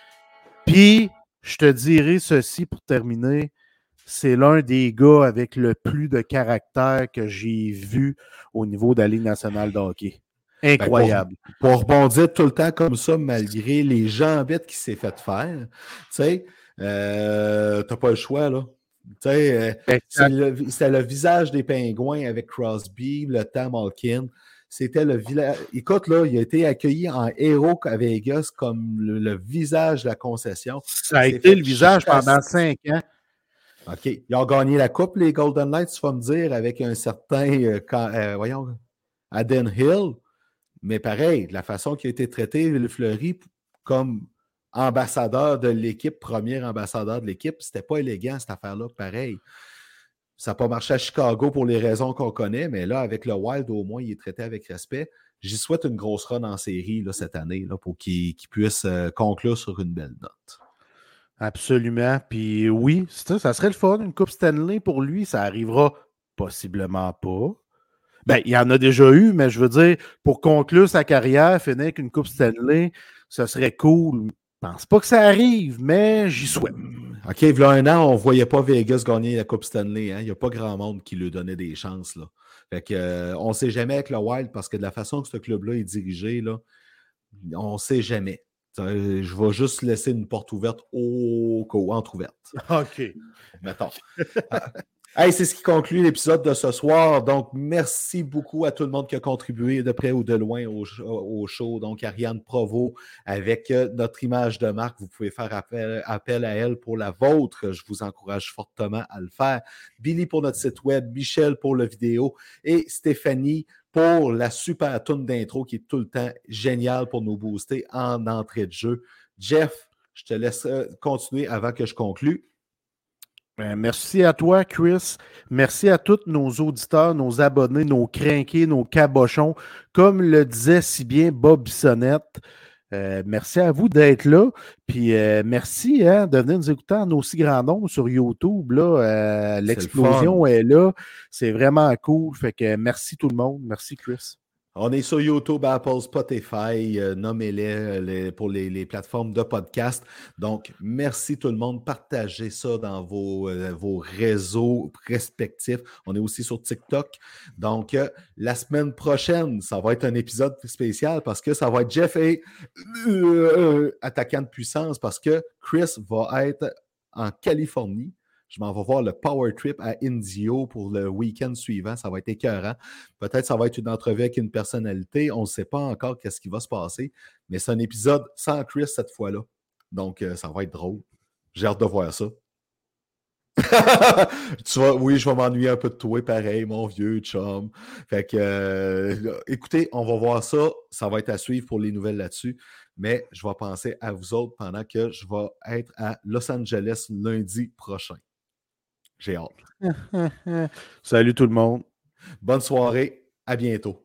Puis, je te dirai ceci pour terminer. C'est l'un des gars avec le plus de caractère que j'ai vu au niveau de la Ligue nationale de hockey. Incroyable. Ben pour, pour rebondir tout le temps comme ça, malgré les jambettes qu'il s'est fait faire, tu sais, euh, t'as pas le choix, là. Tu sais, euh, c'est le, c'était le visage des Pingouins avec Crosby, le temps Malkin. C'était le village. Écoute, là, il a été accueilli en héros à Vegas comme le, le visage de la concession. Ça a été le visage pendant cinq ans. OK. Ils ont gagné la coupe, les Golden Knights, tu vas me dire, avec un certain, euh, quand, euh, voyons, Adden Hill. Mais pareil, la façon qu'il a été traité, le Fleury, comme ambassadeur de l'équipe, premier ambassadeur de l'équipe, c'était pas élégant, cette affaire-là, pareil. Ça n'a pas marché à Chicago pour les raisons qu'on connaît, mais là, avec le Wild, au moins, il est traité avec respect. J'y souhaite une grosse run en série là, cette année là, pour qu'il qu'il puisse euh, conclure sur une belle note. Absolument. Puis oui, ça, ça serait le fun. Une Coupe Stanley pour lui, ça arrivera possiblement pas. Ben, il y en a déjà eu, mais je veux dire, pour conclure sa carrière, finir avec une Coupe Stanley, ça serait cool. Je pense pas que ça arrive, mais j'y souhaite. OK, il y a un an, on ne voyait pas Vegas gagner la Coupe Stanley. Hein? Il n'y a pas grand monde qui lui donnait des chances. Là. Fait que, euh, on ne sait jamais avec le Wild parce que de la façon que ce club-là est dirigé, là, on ne sait jamais. Euh, je vais juste laisser une porte ouverte au cas où, entrouverte. OK. Mettons. Hey, c'est ce qui conclut l'épisode de ce soir. Donc, merci beaucoup à tout le monde qui a contribué de près ou de loin au, au show. Donc, Ariane Provost avec notre image de marque. Vous pouvez faire appel, appel à elle pour la vôtre. Je vous encourage fortement à le faire. Billy pour notre site web, Michel pour le vidéo et Stéphanie pour la super tune d'intro qui est tout le temps géniale pour nous booster en entrée de jeu. Jeff, je te laisse continuer avant que je conclue. Merci à toi, Chris. Merci à tous nos auditeurs, nos abonnés, nos crinqués, nos cabochons. Comme le disait si bien Bob Bissonnette, euh, merci à vous d'être là. Puis euh, merci hein, de venir nous écouter en aussi grand nombre sur YouTube. Là, euh, l'explosion est là. C'est vraiment cool. Fait que merci tout le monde. Merci, Chris. On est sur YouTube, Apple, Spotify, euh, nommez-les les, pour les, les plateformes de podcast. Donc, merci tout le monde. Partagez ça dans vos, euh, vos réseaux respectifs. On est aussi sur TikTok. Donc, euh, la semaine prochaine, ça va être un épisode spécial parce que ça va être Jeff et euh, attaquant de puissance parce que Chris va être en Californie. Je m'en vais voir le Power Trip à Indio pour le week-end suivant. Ça va être écœurant. Peut-être ça va être une entrevue avec une personnalité. On ne sait pas encore qu'est-ce qui va se passer. Mais c'est un épisode sans Chris cette fois-là. Donc, euh, ça va être drôle. J'ai hâte de voir ça. tu vas, oui, je vais m'ennuyer un peu de toi, pareil, mon vieux chum. Fait que, euh, écoutez, on va voir ça. Ça va être à suivre pour les nouvelles là-dessus. Mais je vais penser à vous autres pendant que je vais être à Los Angeles lundi prochain. J'ai hâte. Salut tout le monde. Bonne soirée. À bientôt.